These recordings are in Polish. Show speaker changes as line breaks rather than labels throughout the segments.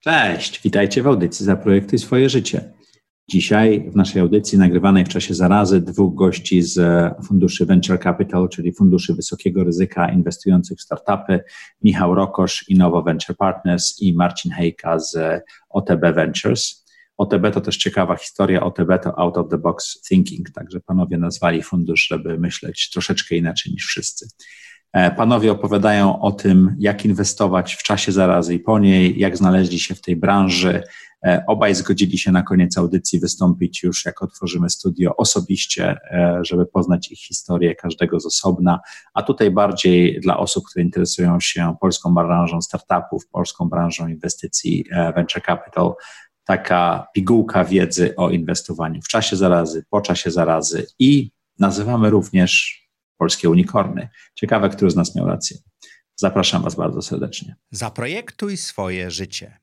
Cześć, witajcie w audycji Zaprojektuj swoje życie. Dzisiaj w naszej audycji nagrywanej w czasie zarazy dwóch gości z funduszy Venture Capital, czyli funduszy wysokiego ryzyka inwestujących w startupy, Michał Rokosz i Nowo Venture Partners i Marcin Hejka z OTB Ventures. OTB to też ciekawa historia, OTB to Out of the Box Thinking, także panowie nazwali fundusz, żeby myśleć troszeczkę inaczej niż wszyscy. Panowie opowiadają o tym, jak inwestować w czasie zarazy i po niej, jak znaleźli się w tej branży. Obaj zgodzili się na koniec audycji wystąpić już, jak otworzymy studio, osobiście, żeby poznać ich historię, każdego z osobna, a tutaj bardziej dla osób, które interesują się polską branżą startupów, polską branżą inwestycji venture capital, taka pigułka wiedzy o inwestowaniu w czasie zarazy, po czasie zarazy i nazywamy również polskie unikorny. Ciekawe, który z nas miał rację. Zapraszam Was bardzo serdecznie.
Zaprojektuj swoje życie.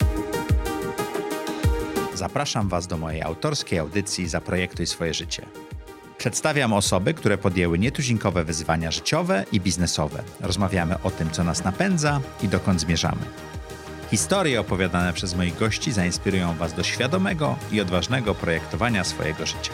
Zapraszam Was do mojej autorskiej audycji Zaprojektuj swoje życie. Przedstawiam osoby, które podjęły nietuzinkowe wyzwania życiowe i biznesowe. Rozmawiamy o tym, co nas napędza i dokąd zmierzamy. Historie opowiadane przez moich gości zainspirują Was do świadomego i odważnego projektowania swojego życia.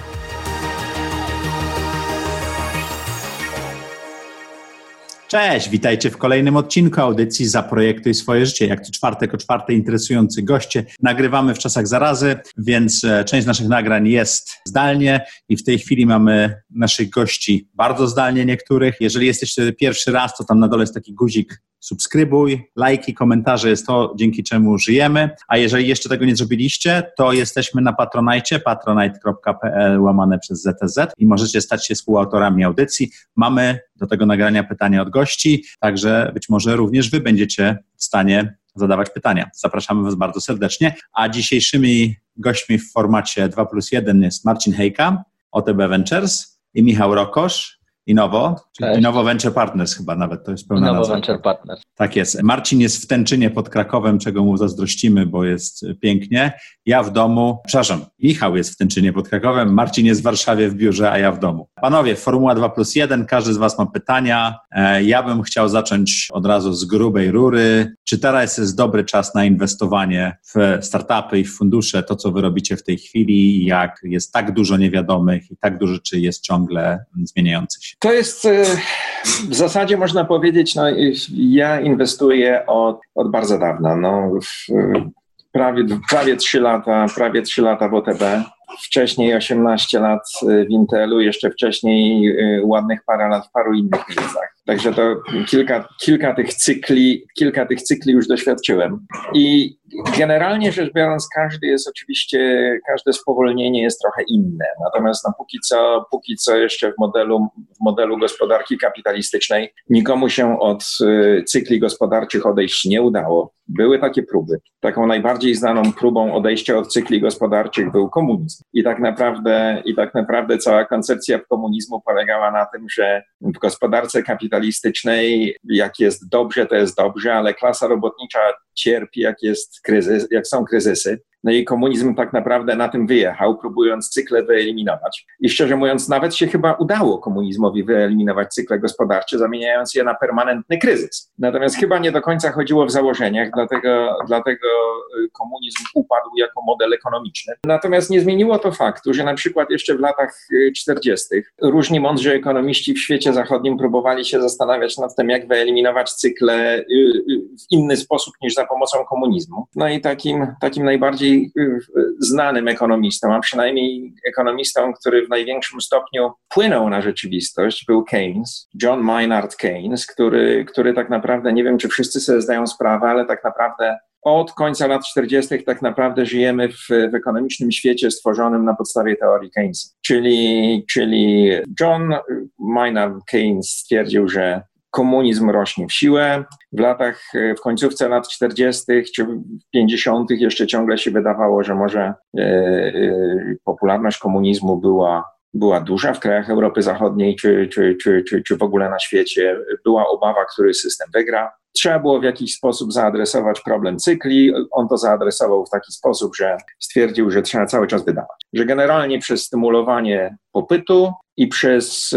Cześć, witajcie w kolejnym odcinku audycji Zaprojektuj swoje życie. Jak co czwartek o czwartej interesujący goście. Nagrywamy w czasach zarazy, więc część z naszych nagrań jest zdalnie i w tej chwili mamy naszych gości bardzo zdalnie niektórych. Jeżeli jesteście pierwszy raz, to tam na dole jest taki guzik subskrybuj, lajki, komentarze, jest to, dzięki czemu żyjemy. A jeżeli jeszcze tego nie zrobiliście, to jesteśmy na Patronite, patronite.pl/ZTZ i możecie stać się współautorami audycji. Mamy do tego nagrania pytania od gości, także być może również Wy będziecie w stanie zadawać pytania. Zapraszamy Was bardzo serdecznie. A dzisiejszymi gośćmi w formacie 2+1 jest Marcin Hejka, OTB Ventures i Michał Rokosz, i Nowo Venture Partners chyba nawet, to jest pełna nazwa.
Nowo Venture Partners.
Tak jest. Marcin jest w Tęczynie pod Krakowem, czego mu zazdrościmy, bo jest pięknie. Ja w domu, Michał jest w Tęczynie pod Krakowem, Marcin jest w Warszawie w biurze, a ja w domu. Panowie, Formuła 2+1, każdy z Was ma pytania. Ja bym chciał zacząć od razu z grubej rury. Czy teraz jest dobry czas na inwestowanie w startupy i w fundusze, to co Wy robicie w tej chwili, jak jest tak dużo niewiadomych i tak dużo rzeczy jest ciągle zmieniających się?
To jest w zasadzie można powiedzieć, ja inwestuję od bardzo dawna, prawie 3 lata w OTB, wcześniej 18 lat w Intelu, jeszcze wcześniej ładnych parę lat w paru innych miejscach. Także to kilka tych cykli już doświadczyłem. I generalnie rzecz biorąc, każde spowolnienie jest trochę inne. Natomiast póki co jeszcze w modelu gospodarki kapitalistycznej nikomu się od cykli gospodarczych odejść nie udało. Były takie próby. Taką najbardziej znaną próbą odejścia od cykli gospodarczych był komunizm. I tak naprawdę cała koncepcja komunizmu polegała na tym, że w gospodarce kapitalistycznej jak jest dobrze, to jest dobrze, ale klasa robotnicza cierpi, jak są kryzysy. No i komunizm tak naprawdę na tym wyjechał, próbując cykle wyeliminować. I szczerze mówiąc, nawet się chyba udało komunizmowi wyeliminować cykle gospodarcze, zamieniając je na permanentny kryzys. Natomiast chyba nie do końca chodziło w założeniach, dlatego komunizm upadł jako model ekonomiczny. Natomiast nie zmieniło to faktu, że na przykład jeszcze w latach 40. różni mądrzy ekonomiści w świecie zachodnim próbowali się zastanawiać nad tym, jak wyeliminować cykle w inny sposób niż za pomocą komunizmu. No i takim najbardziej znanym ekonomistą, a przynajmniej ekonomistą, który w największym stopniu wpłynął na rzeczywistość, był Keynes, John Maynard Keynes, który tak naprawdę, nie wiem, czy wszyscy sobie zdają sprawę, ale tak naprawdę od końca lat 40. tak naprawdę żyjemy w ekonomicznym świecie stworzonym na podstawie teorii Keynesa. Czyli John Maynard Keynes stwierdził, że komunizm rośnie w siłę. W końcówce lat 40. czy 50. jeszcze ciągle się wydawało, że może popularność komunizmu była duża w krajach Europy Zachodniej czy w ogóle na świecie. Była obawa, który system wygra. trzeba było w jakiś sposób zaadresować problem cykli. On to zaadresował w taki sposób, że stwierdził, że trzeba cały czas wydawać. Że generalnie przez stymulowanie popytu i przez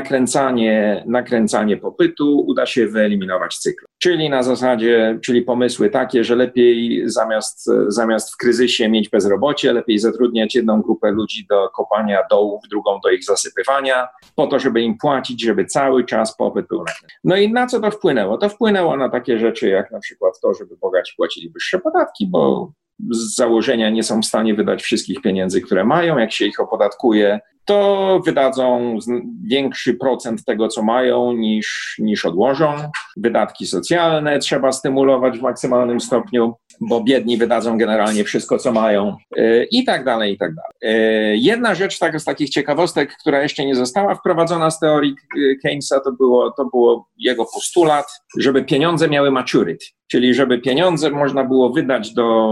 nakręcanie popytu uda się wyeliminować cykl. Czyli na zasadzie, czyli pomysły takie, że lepiej zamiast w kryzysie mieć bezrobocie, lepiej zatrudniać jedną grupę ludzi do kopania dołów, drugą do ich zasypywania, po to, żeby im płacić, żeby cały czas popyt był nakręcony. No i na co to wpłynęło? To wpłynęło na takie rzeczy jak na przykład to, żeby bogaci płacili wyższe podatki, bo z założenia nie są w stanie wydać wszystkich pieniędzy, które mają. Jak się ich opodatkuje, to wydadzą większy procent tego, co mają, niż odłożą. Wydatki socjalne trzeba stymulować w maksymalnym stopniu, bo biedni wydadzą generalnie wszystko, co mają i tak dalej, i tak dalej. Jedna rzecz z takich ciekawostek, która jeszcze nie została wprowadzona z teorii Keynesa, to było jego postulat, żeby pieniądze miały maturity, czyli żeby pieniądze można było wydać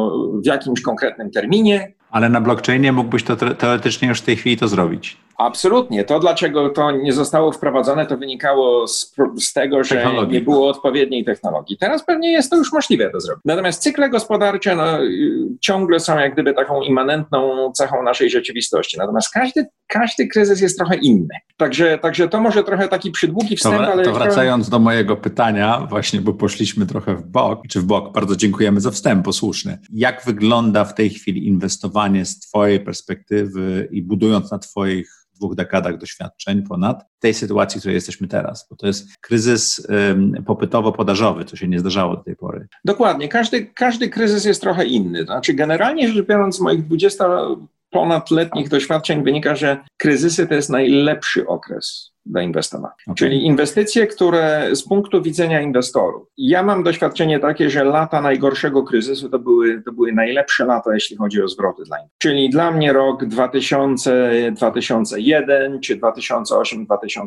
w jakimś konkretnym terminie.
Ale na blockchainie mógłbyś to teoretycznie już w tej chwili to zrobić.
Absolutnie. To, dlaczego to nie zostało wprowadzone, to wynikało z tego, że nie było odpowiedniej technologii. Teraz pewnie jest to już możliwe do zrobić. Natomiast cykle gospodarcze ciągle są jak gdyby taką immanentną cechą naszej rzeczywistości. Natomiast każdy kryzys jest trochę inny. Także to może trochę taki przydługi wstęp, ale...
To wracając do mojego pytania, właśnie, bo poszliśmy trochę w bok, bardzo dziękujemy za wstęp posłuszny. Jak wygląda w tej chwili inwestowanie z twojej perspektywy i budując na twoich 2 dekadach doświadczeń ponad tej sytuacji, w której jesteśmy teraz, bo to jest kryzys popytowo-podażowy, co się nie zdarzało do tej pory.
Dokładnie, każdy kryzys jest trochę inny. Znaczy generalnie rzecz biorąc z moich 20-ponadletnich doświadczeń wynika, że kryzysy to jest najlepszy okres do inwestowania. Okay. Czyli inwestycje, które z punktu widzenia inwestorów. Ja mam doświadczenie takie, że lata najgorszego kryzysu to były najlepsze lata, jeśli chodzi o zwroty dla inwestorów. Czyli dla mnie rok 2000, 2001 czy 2008,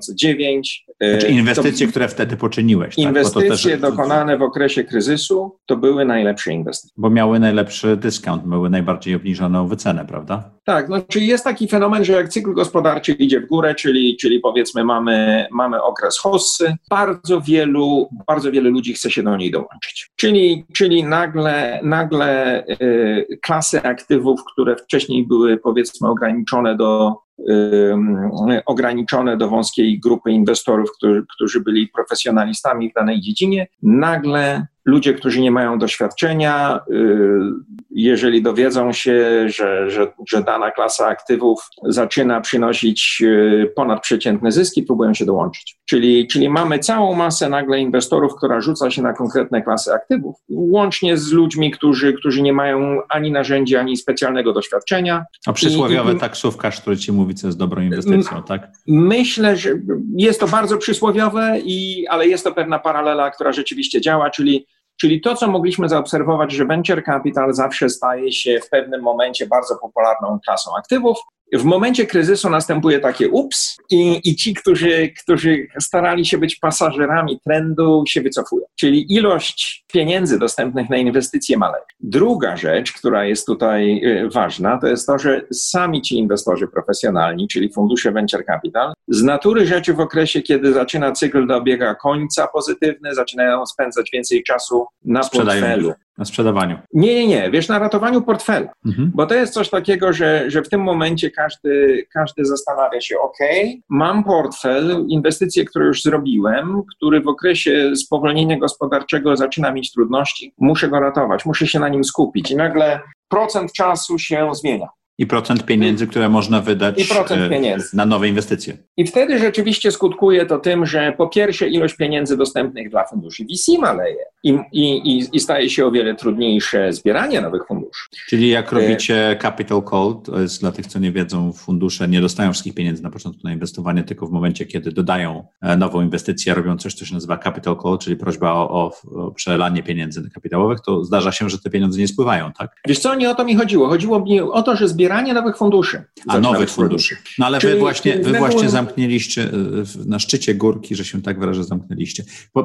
2009.
Znaczy inwestycje, które wtedy poczyniłeś.
Inwestycje tak? dokonane w okresie kryzysu to były najlepsze inwestycje.
Bo miały najlepszy dyskont, były najbardziej obniżoną wycenę, prawda?
Tak, czyli jest taki fenomen, że jak cykl gospodarczy idzie w górę, czyli powiedzmy mamy okres hossy, bardzo wielu ludzi chce się do niej dołączyć. Czyli nagle klasy aktywów, które wcześniej były powiedzmy ograniczone do wąskiej grupy inwestorów, którzy byli profesjonalistami w danej dziedzinie, nagle ludzie, którzy nie mają doświadczenia, jeżeli dowiedzą się, że dana klasa aktywów zaczyna przynosić ponadprzeciętne zyski, próbują się dołączyć. Czyli mamy całą masę nagle inwestorów, która rzuca się na konkretne klasy aktywów, łącznie z ludźmi, którzy nie mają ani narzędzi, ani specjalnego doświadczenia.
A przysłowiowy taksówkarz, który ci mówi, co jest dobrą inwestycją, tak?
Myślę, że jest to bardzo przysłowiowe, ale jest to pewna paralela, która rzeczywiście działa, czyli to, co mogliśmy zaobserwować, że venture capital zawsze staje się w pewnym momencie bardzo popularną klasą aktywów. W momencie kryzysu następuje takie ups i ci, którzy starali się być pasażerami trendu, się wycofują. Czyli ilość pieniędzy dostępnych na inwestycje maleje. Druga rzecz, która jest tutaj ważna, to jest to, że sami ci inwestorzy profesjonalni, czyli fundusze venture capital, z natury rzeczy w okresie, kiedy zaczyna cykl dobiega końca pozytywny, zaczynają spędzać więcej czasu na portfelu.
Na sprzedawaniu.
Nie. Wiesz, na ratowaniu portfela. Bo to jest coś takiego, że w tym momencie każdy zastanawia się, mam portfel, inwestycje, które już zrobiłem, który w okresie spowolnienia gospodarczego zaczyna mieć trudności, muszę go ratować, muszę się na nim skupić i nagle procent czasu się zmienia.
I procent pieniędzy, które można wydać na nowe inwestycje.
I wtedy rzeczywiście skutkuje to tym, że po pierwsze ilość pieniędzy dostępnych dla funduszy VC maleje i staje się o wiele trudniejsze zbieranie nowych funduszy.
Czyli jak robicie capital call, to jest dla tych, co nie wiedzą, fundusze nie dostają wszystkich pieniędzy na początku na inwestowanie, tylko w momencie, kiedy dodają nową inwestycję, robią coś, co się nazywa capital call, czyli prośba o przelanie pieniędzy kapitałowych, to zdarza się, że te pieniądze nie spływają, tak?
Wiesz co, nie o to mi chodziło. Chodziło mi o to, że zbieranie nowych funduszy.
Nowych funduszy. No ale wy właśnie zamknęliście na szczycie górki, że się tak wyrażę, zamknęliście.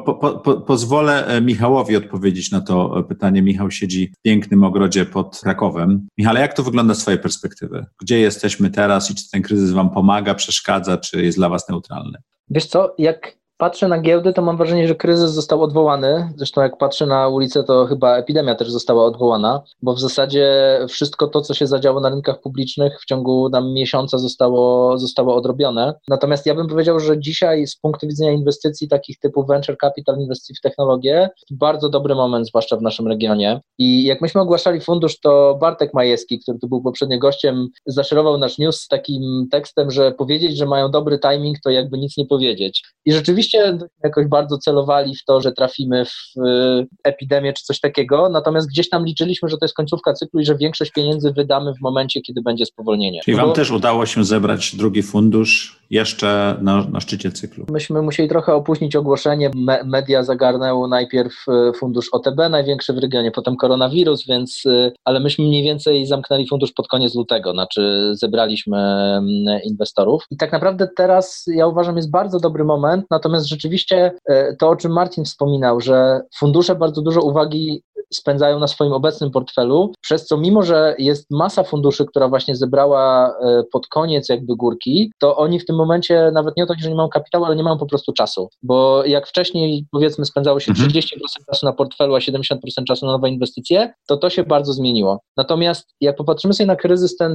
Pozwolę Michałowi odpowiedzieć na to pytanie. Michał siedzi w pięknym ogrodzie pod Krakowem. Michale, jak to wygląda z twojej perspektywy? Gdzie jesteśmy teraz i czy ten kryzys wam pomaga, przeszkadza, czy jest dla was neutralny?
Wiesz co, jak patrzę na giełdy, to mam wrażenie, że kryzys został odwołany. Zresztą jak patrzę na ulicę, to chyba epidemia też została odwołana, bo w zasadzie wszystko to, co się zadziało na rynkach publicznych w ciągu miesiąca zostało odrobione. Natomiast ja bym powiedział, że dzisiaj z punktu widzenia inwestycji takich typu venture capital, inwestycji w technologię, bardzo dobry moment, zwłaszcza w naszym regionie. I jak myśmy ogłaszali fundusz, to Bartek Majewski, który tu był poprzednio gościem, zaszerował nasz news z takim tekstem, że powiedzieć, że mają dobry timing, to jakby nic nie powiedzieć. I rzeczywiście jakoś bardzo celowali w to, że trafimy w epidemię czy coś takiego, natomiast gdzieś tam liczyliśmy, że to jest końcówka cyklu i że większość pieniędzy wydamy w momencie, kiedy będzie spowolnienie.
Czyli wam też udało się zebrać drugi fundusz jeszcze na szczycie cyklu?
Myśmy musieli trochę opóźnić ogłoszenie. Media zagarnęło najpierw fundusz OTB, największy w regionie, potem koronawirus, ale myśmy mniej więcej zamknęli fundusz pod koniec lutego, znaczy zebraliśmy inwestorów. I tak naprawdę teraz ja uważam, jest bardzo dobry moment, natomiast rzeczywiście to, o czym Marcin wspominał, że fundusze bardzo dużo uwagi spędzają na swoim obecnym portfelu, przez co mimo, że jest masa funduszy, która właśnie zebrała pod koniec jakby górki, to oni w tym momencie nawet nie o to, że nie mają kapitału, ale nie mają po prostu czasu, bo jak wcześniej powiedzmy spędzało się 30% czasu na portfelu, a 70% czasu na nowe inwestycje, to się bardzo zmieniło. Natomiast jak popatrzymy sobie na kryzys ten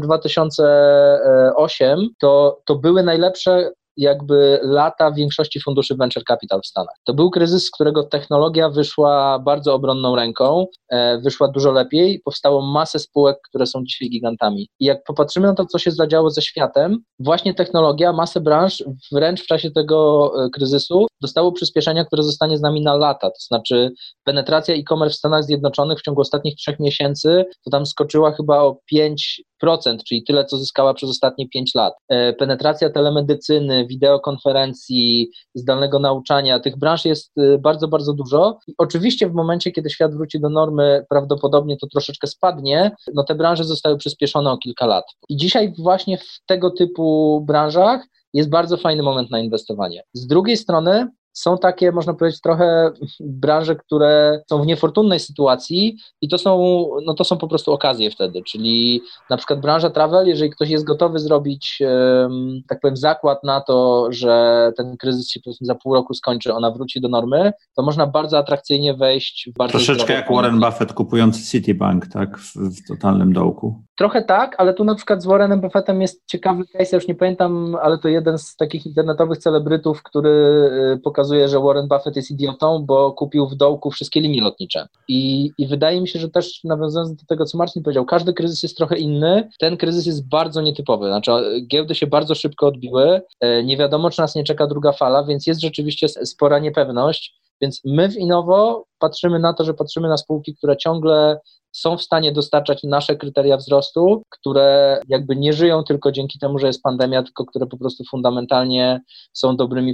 2008, to były najlepsze jakby lata większości funduszy venture capital w Stanach. To był kryzys, z którego technologia wyszła bardzo obronną ręką, wyszła dużo lepiej, powstało masę spółek, które są dzisiaj gigantami. I jak popatrzymy na to, co się zadziało ze światem, właśnie technologia, masę branż wręcz w czasie tego kryzysu dostało przyspieszenia, które zostanie z nami na lata. To znaczy penetracja e-commerce w Stanach Zjednoczonych w ciągu ostatnich 3 miesięcy to tam skoczyła chyba o 5%, czyli tyle, co zyskała przez ostatnie 5 lat. Penetracja telemedycyny, wideokonferencji, zdalnego nauczania, tych branż jest bardzo, bardzo dużo. I oczywiście w momencie, kiedy świat wróci do normy, prawdopodobnie to troszeczkę spadnie, no te branże zostały przyspieszone o kilka lat. I dzisiaj właśnie w tego typu branżach jest bardzo fajny moment na inwestowanie. Z drugiej strony są takie, można powiedzieć, trochę branże, które są w niefortunnej sytuacji i to są po prostu okazje wtedy, czyli na przykład branża travel, jeżeli ktoś jest gotowy zrobić, tak powiem, zakład na to, że ten kryzys się powiedzmy za pół roku skończy, ona wróci do normy, to można bardzo atrakcyjnie wejść w bardzo
troszeczkę jak Warren Buffett kupujący Citibank, tak, w totalnym dołku.
Trochę tak, ale tu na przykład z Warrenem Buffettem jest ciekawy case, ja już nie pamiętam, ale to jeden z takich internetowych celebrytów, który pokazuje, że Warren Buffett jest idiotą, bo kupił w dołku wszystkie linie lotnicze. I wydaje mi się, że też nawiązując do tego, co Marcin powiedział, każdy kryzys jest trochę inny, ten kryzys jest bardzo nietypowy, znaczy giełdy się bardzo szybko odbiły, nie wiadomo, czy nas nie czeka druga fala, więc jest rzeczywiście spora niepewność, więc my w Innovo patrzymy na to, że patrzymy na spółki, które ciągle są w stanie dostarczać nasze kryteria wzrostu, które jakby nie żyją tylko dzięki temu, że jest pandemia, tylko które po prostu fundamentalnie są dobrymi,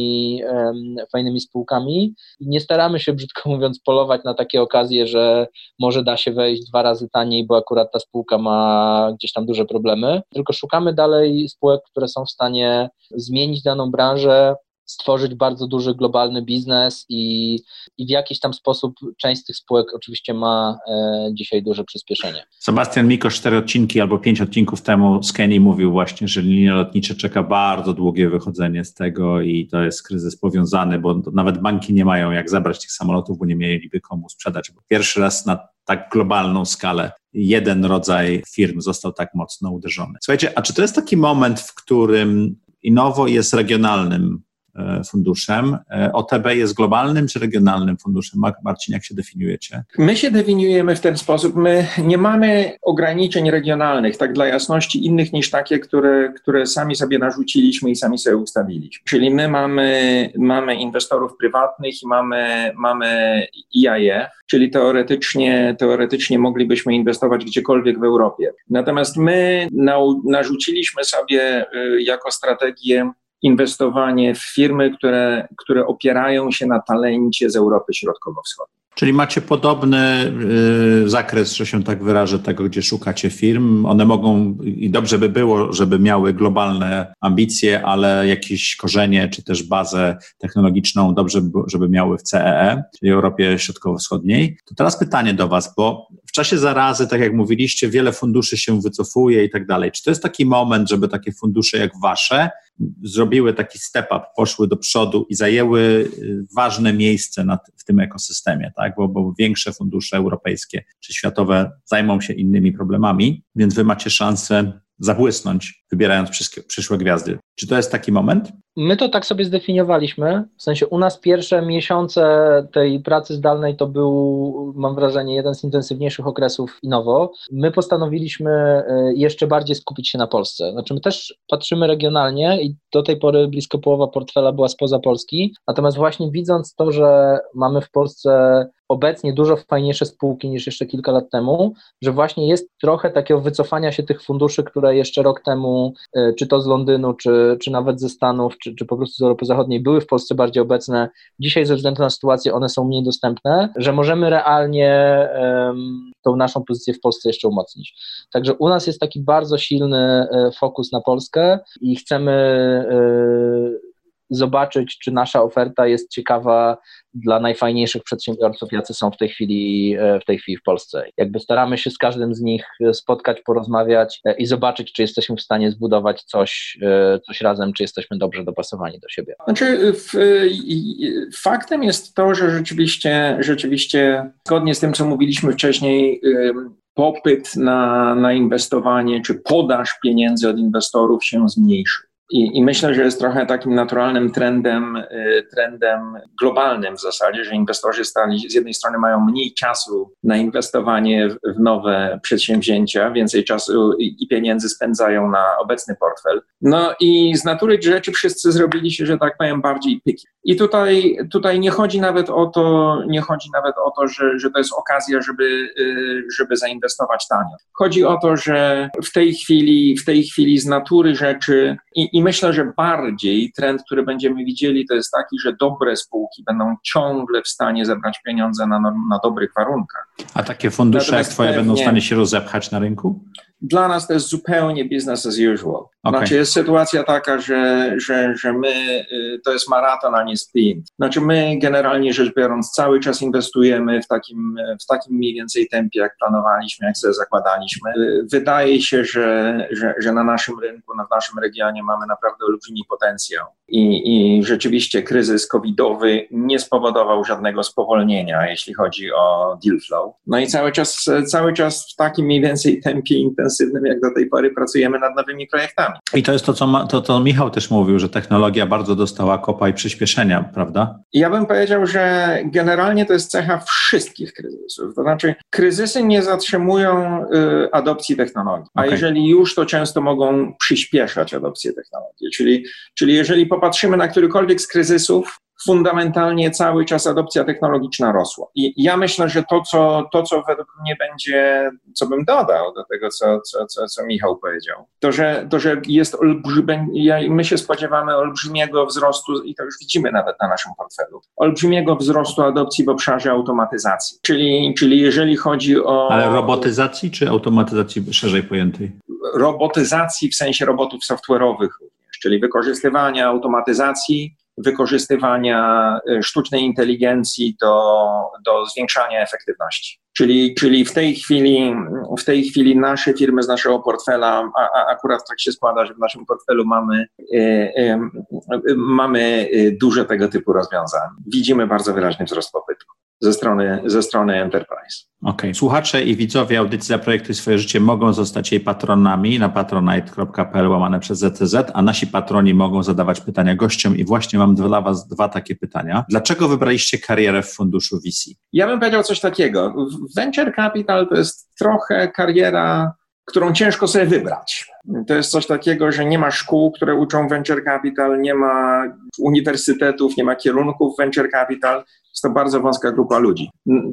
fajnymi spółkami. I nie staramy się, brzydko mówiąc, polować na takie okazje, że może da się wejść 2 razy taniej, bo akurat ta spółka ma gdzieś tam duże problemy, tylko szukamy dalej spółek, które są w stanie zmienić daną branżę, stworzyć bardzo duży globalny biznes i w jakiś tam sposób część z tych spółek oczywiście ma dzisiaj duże przyspieszenie.
Sebastian Mikosz 4 odcinki albo 5 odcinków temu z Kenii mówił właśnie, że linie lotnicze czeka bardzo długie wychodzenie z tego i to jest kryzys powiązany, bo nawet banki nie mają jak zabrać tych samolotów, bo nie mieliby komu sprzedać. Bo pierwszy raz na tak globalną skalę jeden rodzaj firm został tak mocno uderzony. Słuchajcie, a czy to jest taki moment, w którym Innovo jest regionalnym funduszem? OTB jest globalnym czy regionalnym funduszem? Marcin, jak się definiujecie?
My się definiujemy w ten sposób. My nie mamy ograniczeń regionalnych, tak dla jasności, innych niż takie, które sami sobie narzuciliśmy i sami sobie ustawiliśmy. Czyli my mamy inwestorów prywatnych i mamy EIF, czyli teoretycznie moglibyśmy inwestować gdziekolwiek w Europie. Natomiast my narzuciliśmy sobie jako strategię inwestowanie w firmy, które opierają się na talencie z Europy Środkowo-Wschodniej.
Czyli macie podobny zakres, że się tak wyrażę, tego, gdzie szukacie firm. One mogą i dobrze by było, żeby miały globalne ambicje, ale jakieś korzenie czy też bazę technologiczną dobrze by było, żeby miały w CEE, czyli Europie Środkowo-Wschodniej. To teraz pytanie do Was, bo w czasie zarazy, tak jak mówiliście, wiele funduszy się wycofuje i tak dalej. Czy to jest taki moment, żeby takie fundusze jak Wasze zrobiły taki step up, poszły do przodu i zajęły ważne miejsce w tym ekosystemie, tak? Bo większe fundusze europejskie czy światowe zajmą się innymi problemami, więc wy macie szansę zabłysnąć, wybierając przyszłe gwiazdy. Czy to jest taki moment?
My to tak sobie zdefiniowaliśmy, w sensie u nas pierwsze miesiące tej pracy zdalnej to był, mam wrażenie, jeden z intensywniejszych okresów Innovo. My postanowiliśmy jeszcze bardziej skupić się na Polsce. Znaczy my też patrzymy regionalnie i do tej pory blisko połowa portfela była spoza Polski, natomiast właśnie widząc to, że mamy w Polsce obecnie dużo fajniejsze spółki niż jeszcze kilka lat temu, że właśnie jest trochę takiego wycofania się tych funduszy, które jeszcze rok temu, czy to z Londynu, czy nawet ze Stanów, czy po prostu z Europy Zachodniej były w Polsce bardziej obecne. Dzisiaj ze względu na sytuację one są mniej dostępne, że możemy realnie tą naszą pozycję w Polsce jeszcze umocnić. Także u nas jest taki bardzo silny fokus na Polskę i chcemy zobaczyć, czy nasza oferta jest ciekawa dla najfajniejszych przedsiębiorców, jacy są w tej chwili w Polsce. Jakby staramy się z każdym z nich spotkać, porozmawiać i zobaczyć, czy jesteśmy w stanie zbudować coś razem, czy jesteśmy dobrze dopasowani do siebie.
Znaczy, faktem jest to, że rzeczywiście zgodnie z tym, co mówiliśmy wcześniej, popyt na inwestowanie, czy podaż pieniędzy od inwestorów się zmniejszył. I myślę, że jest trochę takim naturalnym trendem globalnym w zasadzie, że inwestorzy z jednej strony mają mniej czasu na inwestowanie w nowe przedsięwzięcia, więcej czasu i pieniędzy spędzają na obecny portfel. No i z natury rzeczy wszyscy zrobili się, że tak powiem, bardziej picky. I tutaj nie chodzi nawet o to, że to jest okazja, żeby zainwestować tanio. Chodzi o to, że w tej chwili z natury rzeczy i myślę, że bardziej trend, który będziemy widzieli, to jest taki, że dobre spółki będą ciągle w stanie zebrać pieniądze na dobrych warunkach.
A takie fundusze jak twoje będą w stanie się rozepchać na rynku?
Dla nas to jest zupełnie business as usual.
Okay.
Znaczy jest sytuacja taka, że my, to jest maraton, a nie sprint. Znaczy my generalnie rzecz biorąc cały czas inwestujemy w takim mniej więcej tempie, jak planowaliśmy, jak sobie zakładaliśmy. Wydaje się, że na naszym rynku, w naszym regionie mamy naprawdę olbrzymi potencjał i rzeczywiście kryzys covidowy nie spowodował żadnego spowolnienia, jeśli chodzi o deal flow. No i cały czas w takim mniej więcej tempie intensywnym, jak do tej pory pracujemy nad nowymi projektami.
I to jest to, co Michał też mówił, że technologia bardzo dostała kopa i przyspieszenia, prawda?
Ja bym powiedział, że generalnie to jest cecha wszystkich kryzysów. To znaczy kryzysy nie zatrzymują adopcji technologii, a jeżeli już, to często mogą przyspieszać adopcję technologii. Czyli jeżeli popatrzymy na którykolwiek z kryzysów, fundamentalnie cały czas adopcja technologiczna rosła. I ja myślę, że to, co według mnie będzie, co bym dodał do tego, co Michał powiedział, to, że jest my się spodziewamy olbrzymiego wzrostu, i to już widzimy nawet na naszym portfelu, olbrzymiego wzrostu adopcji w obszarze automatyzacji. Czyli jeżeli chodzi o...
Ale robotyzacji czy automatyzacji szerzej pojętej?
Robotyzacji w sensie robotów software'owych również, czyli wykorzystywania automatyzacji, wykorzystywania sztucznej inteligencji do zwiększania efektywności. Czyli w tej chwili nasze firmy z naszego portfela, a akurat tak się składa, że w naszym portfelu mamy dużo tego typu rozwiązań. Widzimy bardzo wyraźny wzrost popytu ze strony Enterprise.
Okej. Słuchacze i widzowie audycji Zaprojektuj swoje życie mogą zostać jej patronami na patronite.pl/ZTZ, a nasi patroni mogą zadawać pytania gościom i właśnie mam dla was dwa takie pytania. Dlaczego wybraliście karierę w funduszu VC?
Ja bym powiedział coś takiego. Venture Capital to jest trochę kariera, którą ciężko sobie wybrać. To jest coś takiego, że nie ma szkół, które uczą Venture Capital, nie ma uniwersytetów, nie ma kierunków Venture Capital. Jest to bardzo wąska grupa ludzi.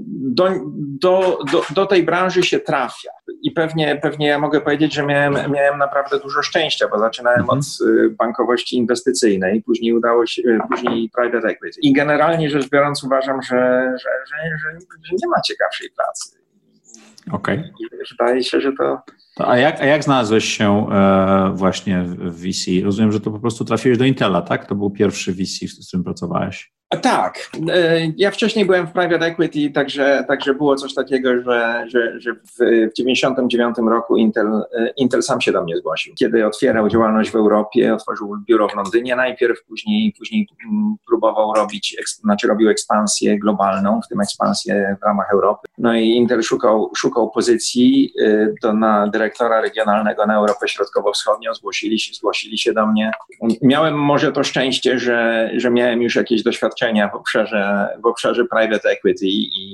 Do tej branży się trafia i pewnie ja mogę powiedzieć, że miałem naprawdę dużo szczęścia, bo zaczynałem od bankowości inwestycyjnej, później private equity. I generalnie rzecz biorąc uważam, że nie ma ciekawszej pracy.
Okej.
Wydaje się, że to...
A jak znalazłeś się właśnie w VC? Rozumiem, że to po prostu trafiłeś do Intela, tak? To był pierwszy VC, z którym pracowałeś.
Tak. Ja wcześniej byłem w private equity, także było coś takiego, że w 1999 roku Intel sam się do mnie zgłosił. Kiedy otwierał działalność w Europie, otworzył biuro w Londynie najpierw, później próbował robił ekspansję globalną, w tym ekspansję w ramach Europy. No i Intel szukał pozycji na dyrektora regionalnego na Europę Środkowo-Wschodnią. Zgłosili się do mnie. Miałem może to szczęście, że miałem już jakieś doświadczenia w obszarze private equity.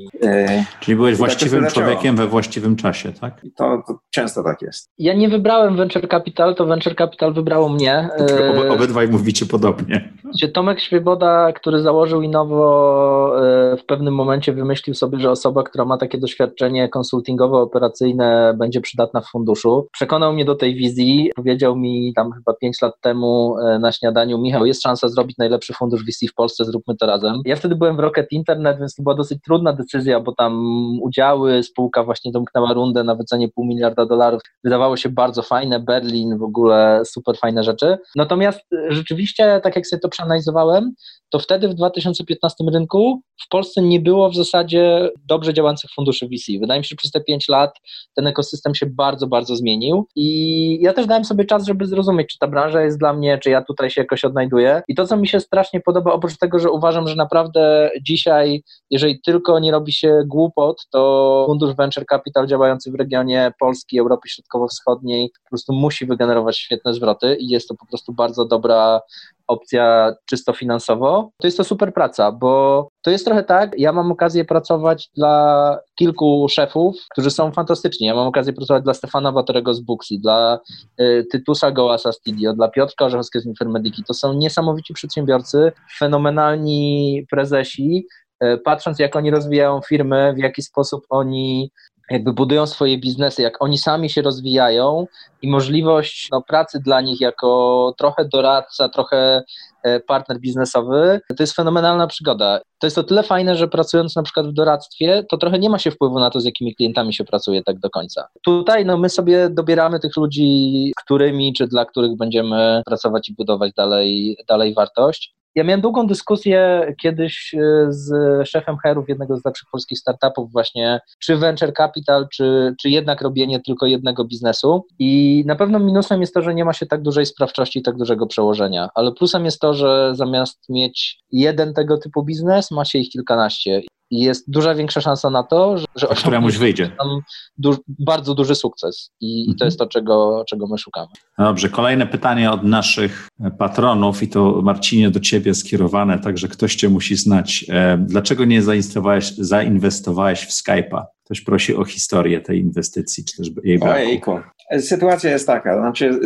Czyli byłeś właściwym człowiekiem we właściwym czasie, tak?
To często tak jest.
Ja nie wybrałem Venture Capital, to Venture Capital wybrało mnie.
Obydwaj mówicie podobnie.
Tomek Świeboda, który założył Innovo, w pewnym momencie wymyślił sobie, że osoba, która ma takie doświadczenie konsultingowe, operacyjne, będzie przydatna w funduszu. Przekonał mnie do tej wizji, powiedział mi tam chyba 5 lat temu na śniadaniu: Michał, jest szansa zrobić najlepszy fundusz VC w Polsce, zróbmy to razem. Ja wtedy byłem w Rocket Internet, więc to była dosyć trudna decyzja, bo tam udziały, spółka właśnie domknęła rundę na wycenie $500 miliona. Wydawało się bardzo fajne, Berlin, w ogóle super fajne rzeczy. Natomiast rzeczywiście, tak jak sobie to przeanalizowałem, to wtedy w 2015 rynku w Polsce nie było w zasadzie dobrze działających funduszy VC. Wydaje mi się, że przez te 5 lat ten ekosystem się bardzo, bardzo zmienił i ja też dałem sobie czas, żeby zrozumieć, czy ta branża jest dla mnie, czy ja tutaj się jakoś odnajduję. I to, co mi się strasznie podoba, oprócz tego, że uważam, że naprawdę dzisiaj, jeżeli tylko nie robi się głupot, to fundusz Venture Capital działający w regionie Polski, Europy Środkowo-Wschodniej po prostu musi wygenerować świetne zwroty i jest to po prostu bardzo dobra opcja czysto finansowo. To jest to super praca, bo to jest trochę tak, ja mam okazję pracować dla kilku szefów, którzy są fantastyczni. Ja mam okazję pracować dla Stefana Batorego z Booksy, dla Tytusa Gołasa z Tidio, dla Piotrka Orzechowskiego z Infirmediki. To są niesamowici przedsiębiorcy, fenomenalni prezesi. Patrząc, jak oni rozwijają firmy, w jaki sposób oni jakby budują swoje biznesy, jak oni sami się rozwijają i możliwość pracy dla nich jako trochę doradca, trochę partner biznesowy, to jest fenomenalna przygoda. To jest o tyle fajne, że pracując na przykład w doradztwie, to trochę nie ma się wpływu na to, z jakimi klientami się pracuje tak do końca. Tutaj my sobie dobieramy tych ludzi, którymi czy dla których będziemy pracować i budować dalej wartość. Ja miałem długą dyskusję kiedyś z szefem HR-ów jednego z lepszych polskich startupów właśnie, czy venture capital, czy jednak robienie tylko jednego biznesu. I na pewno minusem jest to, że nie ma się tak dużej sprawczości i tak dużego przełożenia, ale plusem jest to, że zamiast mieć jeden tego typu biznes, ma się ich kilkanaście. I jest duża większa szansa na to, że
któremuś wyjdzie.
Tam bardzo duży sukces i to jest to, czego my szukamy.
No dobrze, kolejne pytanie od naszych patronów i to, Marcinie, do Ciebie skierowane, także ktoś Cię musi znać. Dlaczego nie zainwestowałeś w Skype'a? Ktoś prosi o historię tej inwestycji, czy też jej braku.
Ojejku. Sytuacja jest taka, znaczy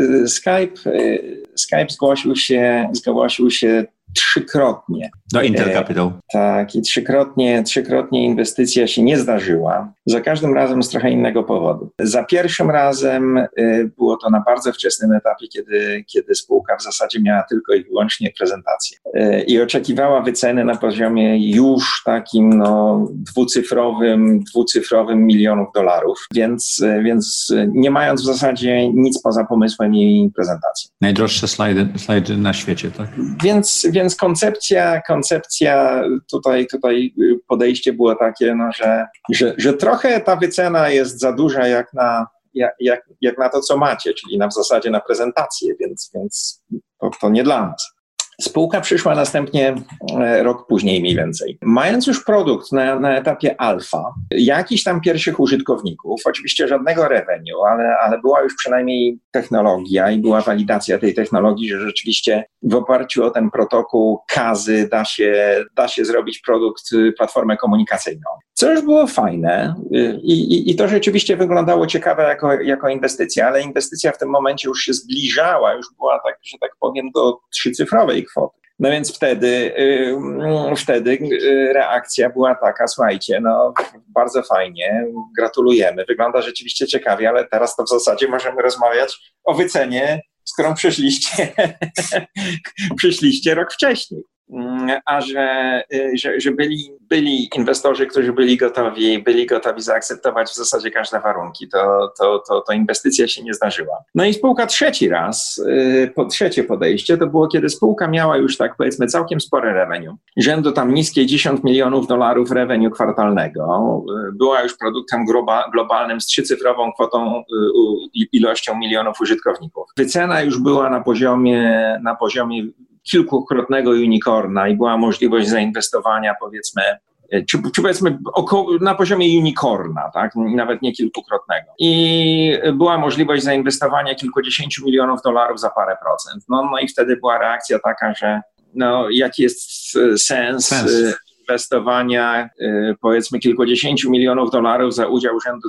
Skype zgłosił się 3-krotnie.
Do Intel Capital.
Tak, i trzykrotnie inwestycja się nie zdarzyła. Za każdym razem z trochę innego powodu. Za pierwszym razem było to na bardzo wczesnym etapie, kiedy spółka w zasadzie miała tylko i wyłącznie prezentację. I oczekiwała wyceny na poziomie już takim dwucyfrowym milionów dolarów. Więc nie mając w zasadzie nic poza pomysłem i prezentacją.
Najdroższe slajdy na świecie, tak?
Więc koncepcja tutaj podejście było takie, że trochę ta wycena jest za duża jak na to, co macie, czyli w zasadzie na prezentację, więc to nie dla nas. Spółka przyszła następnie rok później mniej więcej. Mając już produkt na etapie alfa, jakichś tam pierwszych użytkowników, oczywiście żadnego revenue, ale była już przynajmniej technologia i była walidacja tej technologii, że rzeczywiście w oparciu o ten protokół CASY da się zrobić produkt, platformę komunikacyjną. Co już było fajne i to rzeczywiście wyglądało ciekawe jako inwestycja, ale inwestycja w tym momencie już się zbliżała, już była tak, że tak powiem, do 3-cyfrowej kwoty. No więc wtedy reakcja była taka: słuchajcie, bardzo fajnie, gratulujemy, wygląda rzeczywiście ciekawie, ale teraz to w zasadzie możemy rozmawiać o wycenie, z którą przyszliście rok wcześniej. a że byli inwestorzy, którzy byli gotowi zaakceptować w zasadzie każde warunki, to inwestycja się nie zdarzyła. No i spółka trzecie podejście to było, kiedy spółka miała już tak powiedzmy całkiem spore revenue, rzędu tam niskie $10 milionów revenue kwartalnego, była już produktem globalnym z 3-cyfrową kwotą, ilością milionów użytkowników. Wycena już była na poziomie kilkukrotnego unicorna i była możliwość zainwestowania powiedzmy na poziomie unicorna, tak? Nawet nie kilkukrotnego. I była możliwość zainwestowania kilkudziesięciu milionów dolarów za parę procent. No i wtedy była reakcja taka, że jaki jest sens inwestowania powiedzmy kilkudziesięciu milionów dolarów za udział rzędu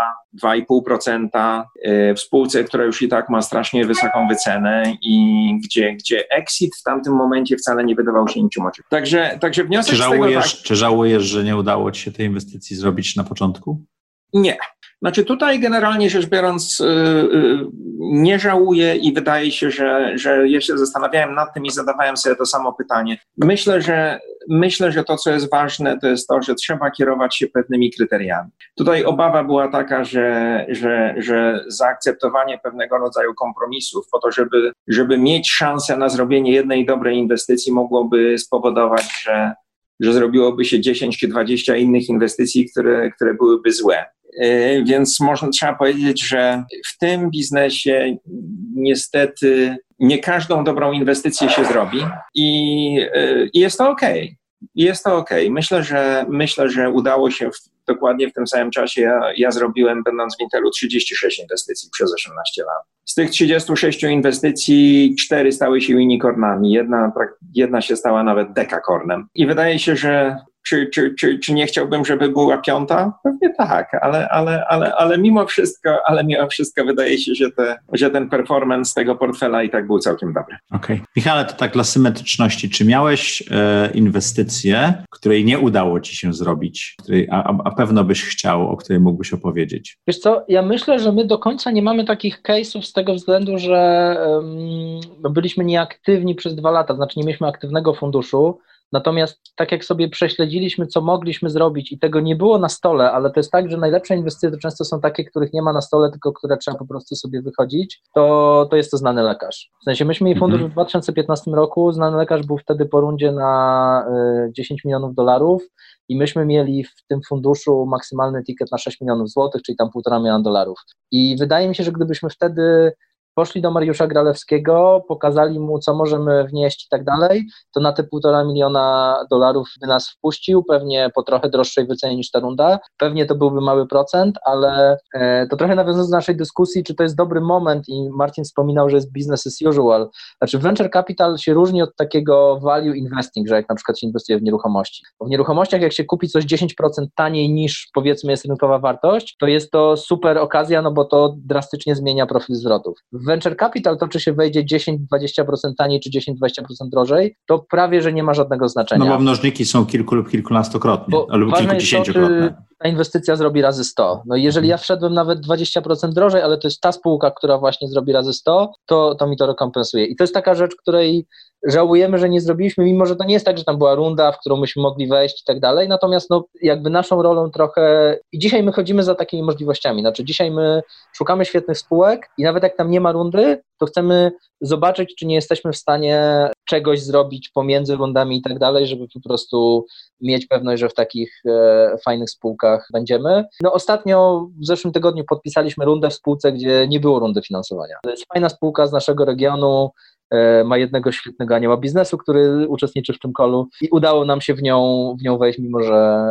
2,5% w spółce, która już i tak ma strasznie wysoką wycenę i gdzie exit w tamtym momencie wcale nie wydawał się niczym oczywistym. Także wniosek
Czy żałujesz, że nie udało ci się tej inwestycji zrobić na początku?
Nie. Znaczy tutaj generalnie rzecz biorąc nie żałuję i wydaje się, że ja się zastanawiałem nad tym i zadawałem sobie to samo pytanie. Myślę, że to, co jest ważne, to jest to, że trzeba kierować się pewnymi kryteriami. Tutaj obawa była taka, że zaakceptowanie pewnego rodzaju kompromisów po to, żeby mieć szansę na zrobienie jednej dobrej inwestycji mogłoby spowodować, że zrobiłoby się 10 czy 20 innych inwestycji, które byłyby złe. Więc trzeba powiedzieć, że w tym biznesie niestety nie każdą dobrą inwestycję się zrobi i jest to okej. Jest to okej. Myślę, że udało się dokładnie w tym samym czasie. Ja zrobiłem, będąc w Intelu, 36 inwestycji przez 18 lat. Z tych 36 inwestycji 4 stały się unicornami. Jedna się stała nawet dekakornem. I wydaje się, że czy nie chciałbym, żeby była 5? Pewnie tak, ale mimo wszystko wydaje się, że ten performance tego portfela i tak był całkiem dobry.
Okej. Michale, to tak dla symetryczności, czy miałeś inwestycję, której nie udało ci się zrobić, a pewno byś chciał, o której mógłbyś opowiedzieć?
Wiesz co, ja myślę, że my do końca nie mamy takich case'ów z tego względu, że byliśmy nieaktywni przez 2 lata, znaczy nie mieliśmy aktywnego funduszu. Natomiast tak jak sobie prześledziliśmy, co mogliśmy zrobić i tego nie było na stole, ale to jest tak, że najlepsze inwestycje to często są takie, których nie ma na stole, tylko które trzeba po prostu sobie wychodzić, to jest to Znany Lekarz. W sensie myśmy mieli fundusz w 2015 roku, Znany Lekarz był wtedy po rundzie na 10 milionów dolarów i myśmy mieli w tym funduszu maksymalny ticket na 6 milionów złotych, czyli tam 1,5 miliona dolarów. I wydaje mi się, że gdybyśmy wtedy poszli do Mariusza Gralewskiego, pokazali mu, co możemy wnieść i tak dalej, to na te 1,5 miliona dolarów by nas wpuścił, pewnie po trochę droższej wycenie niż ta runda, pewnie to byłby mały procent, ale to trochę nawiązując do naszej dyskusji, czy to jest dobry moment i Marcin wspominał, że jest business as usual. Znaczy venture capital się różni od takiego value investing, że jak na przykład się inwestuje w nieruchomości. Bo w nieruchomościach jak się kupi coś 10% taniej niż powiedzmy jest rynkowa wartość, to jest to super okazja, no bo to drastycznie zmienia profil zwrotów. W venture capital to, czy się wejdzie 10-20% taniej, czy 10-20% drożej, to prawie, że nie ma żadnego znaczenia.
No bo mnożniki są kilku lub kilkunastokrotnie, lub kilkudziesięciokrotne.
Ta inwestycja zrobi razy 100. No i jeżeli ja wszedłem nawet 20% drożej, ale to jest ta spółka, która właśnie zrobi razy 100, to mi to rekompensuje. I to jest taka rzecz, której żałujemy, że nie zrobiliśmy, mimo że to nie jest tak, że tam była runda, w którą myśmy mogli wejść i tak dalej, natomiast no jakby naszą rolą trochę i dzisiaj my chodzimy za takimi możliwościami, znaczy dzisiaj my szukamy świetnych spółek i nawet jak tam nie ma rundy, to chcemy zobaczyć, czy nie jesteśmy w stanie czegoś zrobić pomiędzy rundami i tak dalej, żeby po prostu mieć pewność, że w takich fajnych spółkach będziemy. No ostatnio w zeszłym tygodniu podpisaliśmy rundę w spółce, gdzie nie było rundy finansowania. To jest fajna spółka z naszego regionu, ma jednego świetnego anioła biznesu, który uczestniczy w tym callu i udało nam się w nią wejść, mimo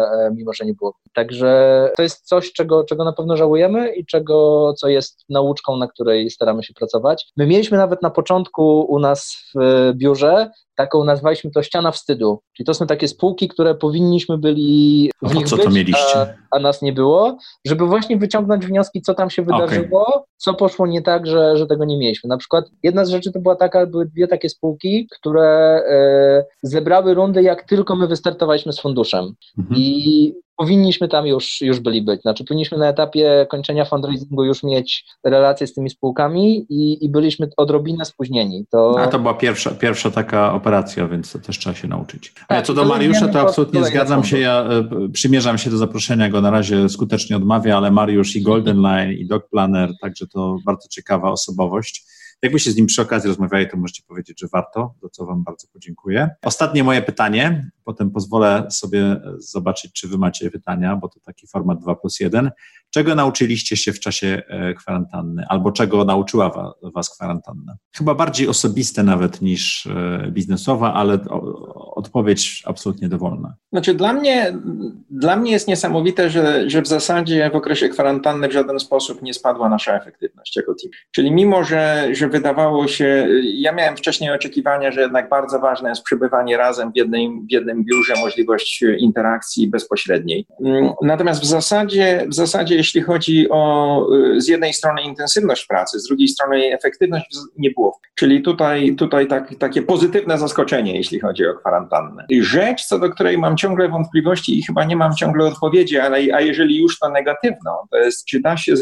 że nie było. Także to jest coś, czego na pewno żałujemy i co jest nauczką, na której staramy się pracować. My mieliśmy nawet na początku u nas w biurze taką, nazwaliśmy to ściana wstydu, czyli to są takie spółki, które powinniśmy byli w nich być,
to mieliście?
A nas nie było, żeby właśnie wyciągnąć wnioski, co tam się wydarzyło, co poszło nie tak, że tego nie mieliśmy. Na przykład jedna z rzeczy to była taka, były 2 takie spółki, które zebrały rundy, jak tylko my wystartowaliśmy z funduszem. I powinniśmy tam już byli być. Znaczy powinniśmy na etapie kończenia fundraisingu już mieć relacje z tymi spółkami i byliśmy odrobinę spóźnieni.
To była pierwsza taka operacja, więc to też trzeba się nauczyć.
Tak,
Co do Mariusza, to absolutnie zgadzam się. Ja przymierzam się do zaproszenia, go na razie skutecznie odmawiam, ale Mariusz i Golden Line i Doc Planner, także to bardzo ciekawa osobowość. Jakbyście z nim przy okazji rozmawiali, to możecie powiedzieć, że warto, za co wam bardzo podziękuję. Ostatnie moje pytanie, potem pozwolę sobie zobaczyć, czy wy macie pytania, bo to taki format 2+1. Czego nauczyliście się w czasie kwarantanny, albo czego nauczyła was kwarantanna? Chyba bardziej osobiste nawet niż biznesowa, ale odpowiedź absolutnie dowolna.
Znaczy dla mnie jest niesamowite, że w zasadzie w okresie kwarantanny w żaden sposób nie spadła nasza efektywność jako team. Czyli mimo, że wydawało się, ja miałem wcześniej oczekiwania, że jednak bardzo ważne jest przebywanie razem w jednym biurze, możliwość interakcji bezpośredniej. Natomiast w zasadzie jeśli chodzi o z jednej strony intensywność pracy, z drugiej strony jej efektywność nie było. Czyli tutaj takie pozytywne zaskoczenie, jeśli chodzi o kwarantannę. Rzecz, co do której mam ciągle wątpliwości i chyba nie mam ciągle odpowiedzi, a jeżeli już to negatywną, to jest, czy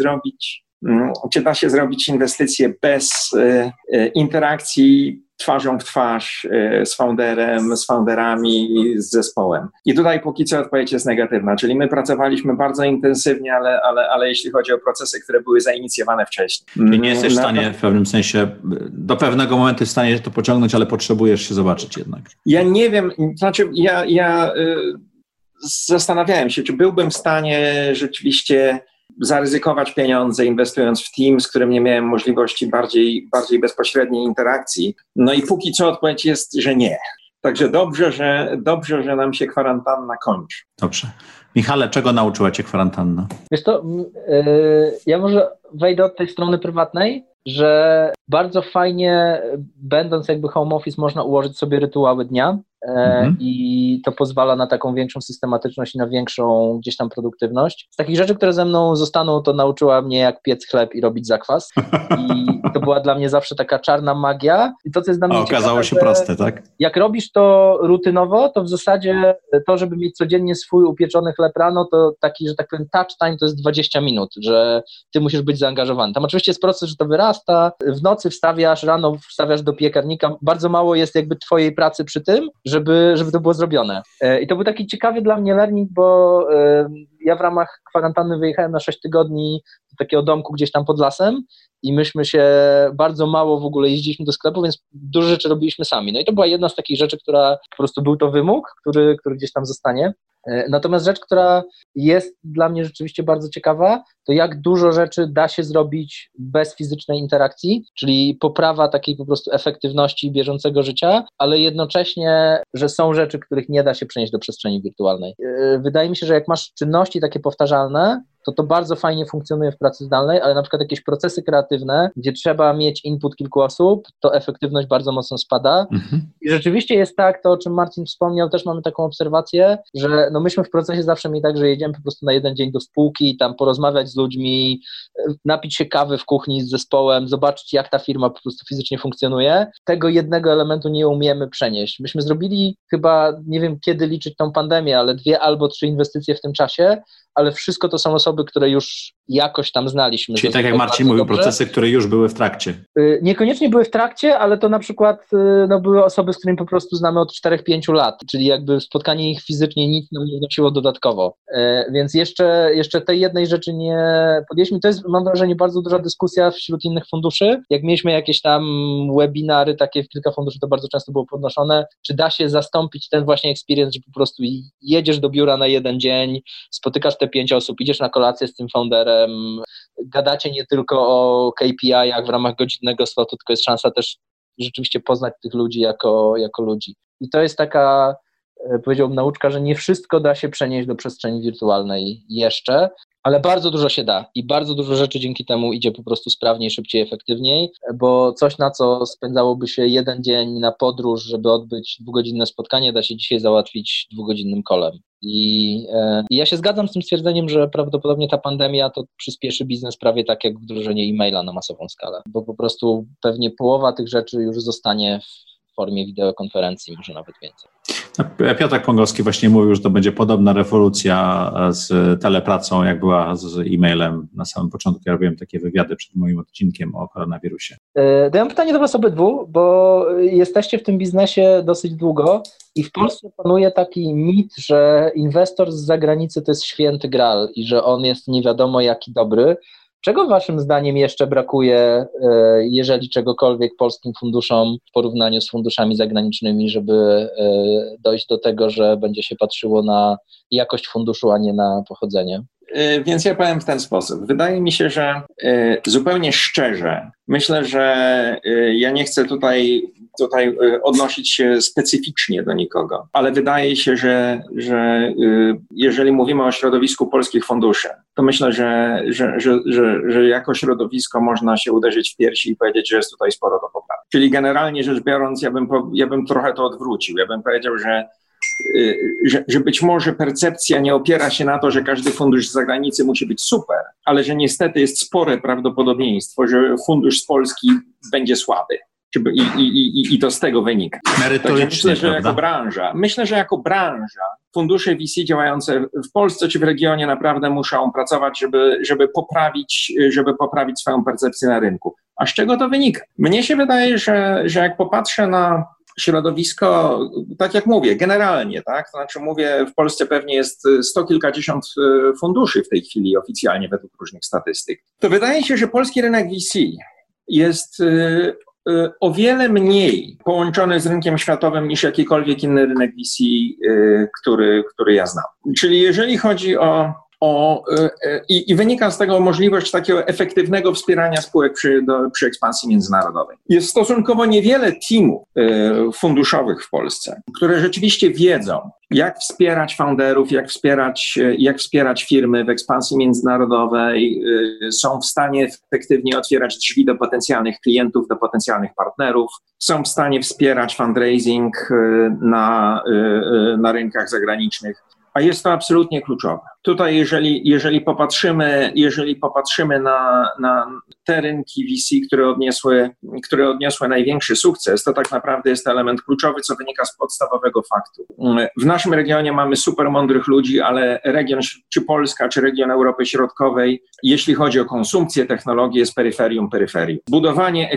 da się zrobić inwestycje bez interakcji twarzą w twarz z founderem, z founderami, z zespołem. I tutaj póki co odpowiedź jest negatywna, czyli my pracowaliśmy bardzo intensywnie, ale jeśli chodzi o procesy, które były zainicjowane wcześniej.
Czyli nie jesteś w stanie w pewnym sensie, do pewnego momentu w stanie to pociągnąć, ale potrzebujesz się zobaczyć jednak.
Ja nie wiem, znaczy ja zastanawiałem się, czy byłbym w stanie rzeczywiście zaryzykować pieniądze, inwestując w team, z którym nie miałem możliwości bardziej bezpośredniej interakcji. No i póki co odpowiedź jest, że nie. Także dobrze, że nam się kwarantanna kończy.
Dobrze. Michale, czego nauczyła cię kwarantanna?
Wiesz to, ja może wejdę od tej strony prywatnej, że bardzo fajnie, będąc jakby home office, można ułożyć sobie rytuały dnia i to pozwala na taką większą systematyczność i na większą gdzieś tam produktywność. Z takich rzeczy, które ze mną zostaną, to nauczyła mnie, jak piec chleb i robić zakwas. I to była dla mnie zawsze taka czarna magia. I to, co jest dla mnie ciekawe,
okazało się proste, tak?
Jak robisz to rutynowo, to w zasadzie to, żeby mieć codziennie swój upieczony chleb rano, to taki, że tak powiem, touch time to jest 20 minut, że ty musisz być zaangażowany. Tam oczywiście jest proces, że to wyrasta, w nocy wstawiasz, rano wstawiasz do piekarnika, bardzo mało jest jakby twojej pracy przy tym, żeby to było zrobione. I to był taki ciekawy dla mnie learning, bo ja w ramach kwarantanny wyjechałem na 6 tygodni do takiego domku gdzieś tam pod lasem i myśmy się bardzo mało w ogóle jeździliśmy do sklepu, więc dużo rzeczy robiliśmy sami. No i to była jedna z takich rzeczy, która po prostu był to wymóg, który gdzieś tam zostanie. Natomiast rzecz, która jest dla mnie rzeczywiście bardzo ciekawa, to jak dużo rzeczy da się zrobić bez fizycznej interakcji, czyli poprawa takiej po prostu efektywności bieżącego życia, ale jednocześnie, że są rzeczy, których nie da się przenieść do przestrzeni wirtualnej. Wydaje mi się, że jak masz czynności takie powtarzalne, to bardzo fajnie funkcjonuje w pracy zdalnej, ale na przykład jakieś procesy kreatywne, gdzie trzeba mieć input kilku osób, to efektywność bardzo mocno spada. I rzeczywiście jest tak, to o czym Marcin wspomniał, też mamy taką obserwację, że no myśmy w procesie zawsze mieli tak, że jedziemy po prostu na jeden dzień do spółki, tam porozmawiać z ludźmi, napić się kawy w kuchni z zespołem, zobaczyć jak ta firma po prostu fizycznie funkcjonuje. Tego jednego elementu nie umiemy przenieść. Myśmy zrobili chyba, nie wiem kiedy liczyć tą pandemię, ale 2 albo 3 inwestycje w tym czasie, ale wszystko to są osoby, które już jakoś tam znaliśmy.
Czyli tak jak Marcin mówił, procesy, które już były w trakcie.
Niekoniecznie były w trakcie, ale to na przykład były osoby, z którymi po prostu znamy od 4-5 lat, czyli jakby spotkanie ich fizycznie nic nam nie wnosiło dodatkowo. Więc jeszcze tej jednej rzeczy nie podjęliśmy. To jest, mam wrażenie, bardzo duża dyskusja wśród innych funduszy. Jak mieliśmy jakieś tam webinary, takie w kilka funduszy, to bardzo często było podnoszone, czy da się zastąpić ten właśnie experience, że po prostu jedziesz do biura na jeden dzień, spotykasz te 5 osób, idziesz na kolację z tym founderem, gadacie nie tylko o KPI-ach w ramach godzinnego slotu, tylko jest szansa też rzeczywiście poznać tych ludzi jako ludzi. I to jest taka, powiedziałbym, nauczka, że nie wszystko da się przenieść do przestrzeni wirtualnej jeszcze, ale bardzo dużo się da i bardzo dużo rzeczy dzięki temu idzie po prostu sprawniej, szybciej, efektywniej, bo coś, na co spędzałoby się jeden dzień na podróż, żeby odbyć 2-godzinne spotkanie, da się dzisiaj załatwić 2-godzinnym callem. I ja się zgadzam z tym stwierdzeniem, że prawdopodobnie ta pandemia to przyspieszy biznes prawie tak jak wdrożenie e-maila na masową skalę, bo po prostu pewnie połowa tych rzeczy już zostanie formie wideokonferencji, może nawet więcej.
Piotr Pongowski właśnie mówił, że to będzie podobna rewolucja z telepracą, jak była z e-mailem na samym początku. Ja robiłem takie wywiady przed moim odcinkiem o koronawirusie.
To ja mam pytanie do was obydwu, bo jesteście w tym biznesie dosyć długo i w Polsce panuje taki mit, że inwestor z zagranicy to jest święty gral i że on jest nie wiadomo jaki dobry. Czego waszym zdaniem jeszcze brakuje, jeżeli czegokolwiek polskim funduszom w porównaniu z funduszami zagranicznymi, żeby dojść do tego, że będzie się patrzyło na jakość funduszu, a nie na pochodzenie?
Więc ja powiem w ten sposób. Wydaje mi się, że zupełnie szczerze, myślę, że ja nie chcę tutaj odnosić się specyficznie do nikogo, ale wydaje się, że jeżeli mówimy o środowisku polskich funduszy, to myślę, że jako środowisko można się uderzyć w piersi i powiedzieć, że jest tutaj sporo do poprawy. Czyli generalnie rzecz biorąc, ja bym trochę to odwrócił. Ja bym powiedział, że być może percepcja nie opiera się na to, że każdy fundusz z zagranicy musi być super, ale że niestety jest spore prawdopodobieństwo, że fundusz z Polski będzie słaby. I to z tego wynika.
Merytorycznie,
myślę, że jako branża fundusze VC działające w Polsce czy w regionie naprawdę muszą pracować, żeby poprawić swoją percepcję na rynku. A z czego to wynika? Mnie się wydaje, że jak popatrzę na środowisko, tak jak mówię, generalnie, tak? To znaczy mówię, w Polsce pewnie jest 100 kilkadziesiąt funduszy w tej chwili oficjalnie według różnych statystyk. To wydaje się, że polski rynek VC jest o wiele mniej połączony z rynkiem światowym niż jakikolwiek inny rynek VC, który ja znam. Czyli jeżeli chodzi i wynika z tego możliwość takiego efektywnego wspierania spółek przy ekspansji międzynarodowej. Jest stosunkowo niewiele teamów funduszowych w Polsce, które rzeczywiście wiedzą, jak wspierać founderów, jak wspierać firmy w ekspansji międzynarodowej, są w stanie efektywnie otwierać drzwi do potencjalnych klientów, do potencjalnych partnerów, są w stanie wspierać fundraising na rynkach zagranicznych. A jest to absolutnie kluczowe. Tutaj, jeżeli popatrzymy na te rynki VC, które odniosły największy sukces, to tak naprawdę jest to element kluczowy, co wynika z podstawowego faktu. W naszym regionie mamy super mądrych ludzi, ale region, czy Polska, czy region Europy Środkowej, jeśli chodzi o konsumpcję technologii, jest peryferium. Zbudowanie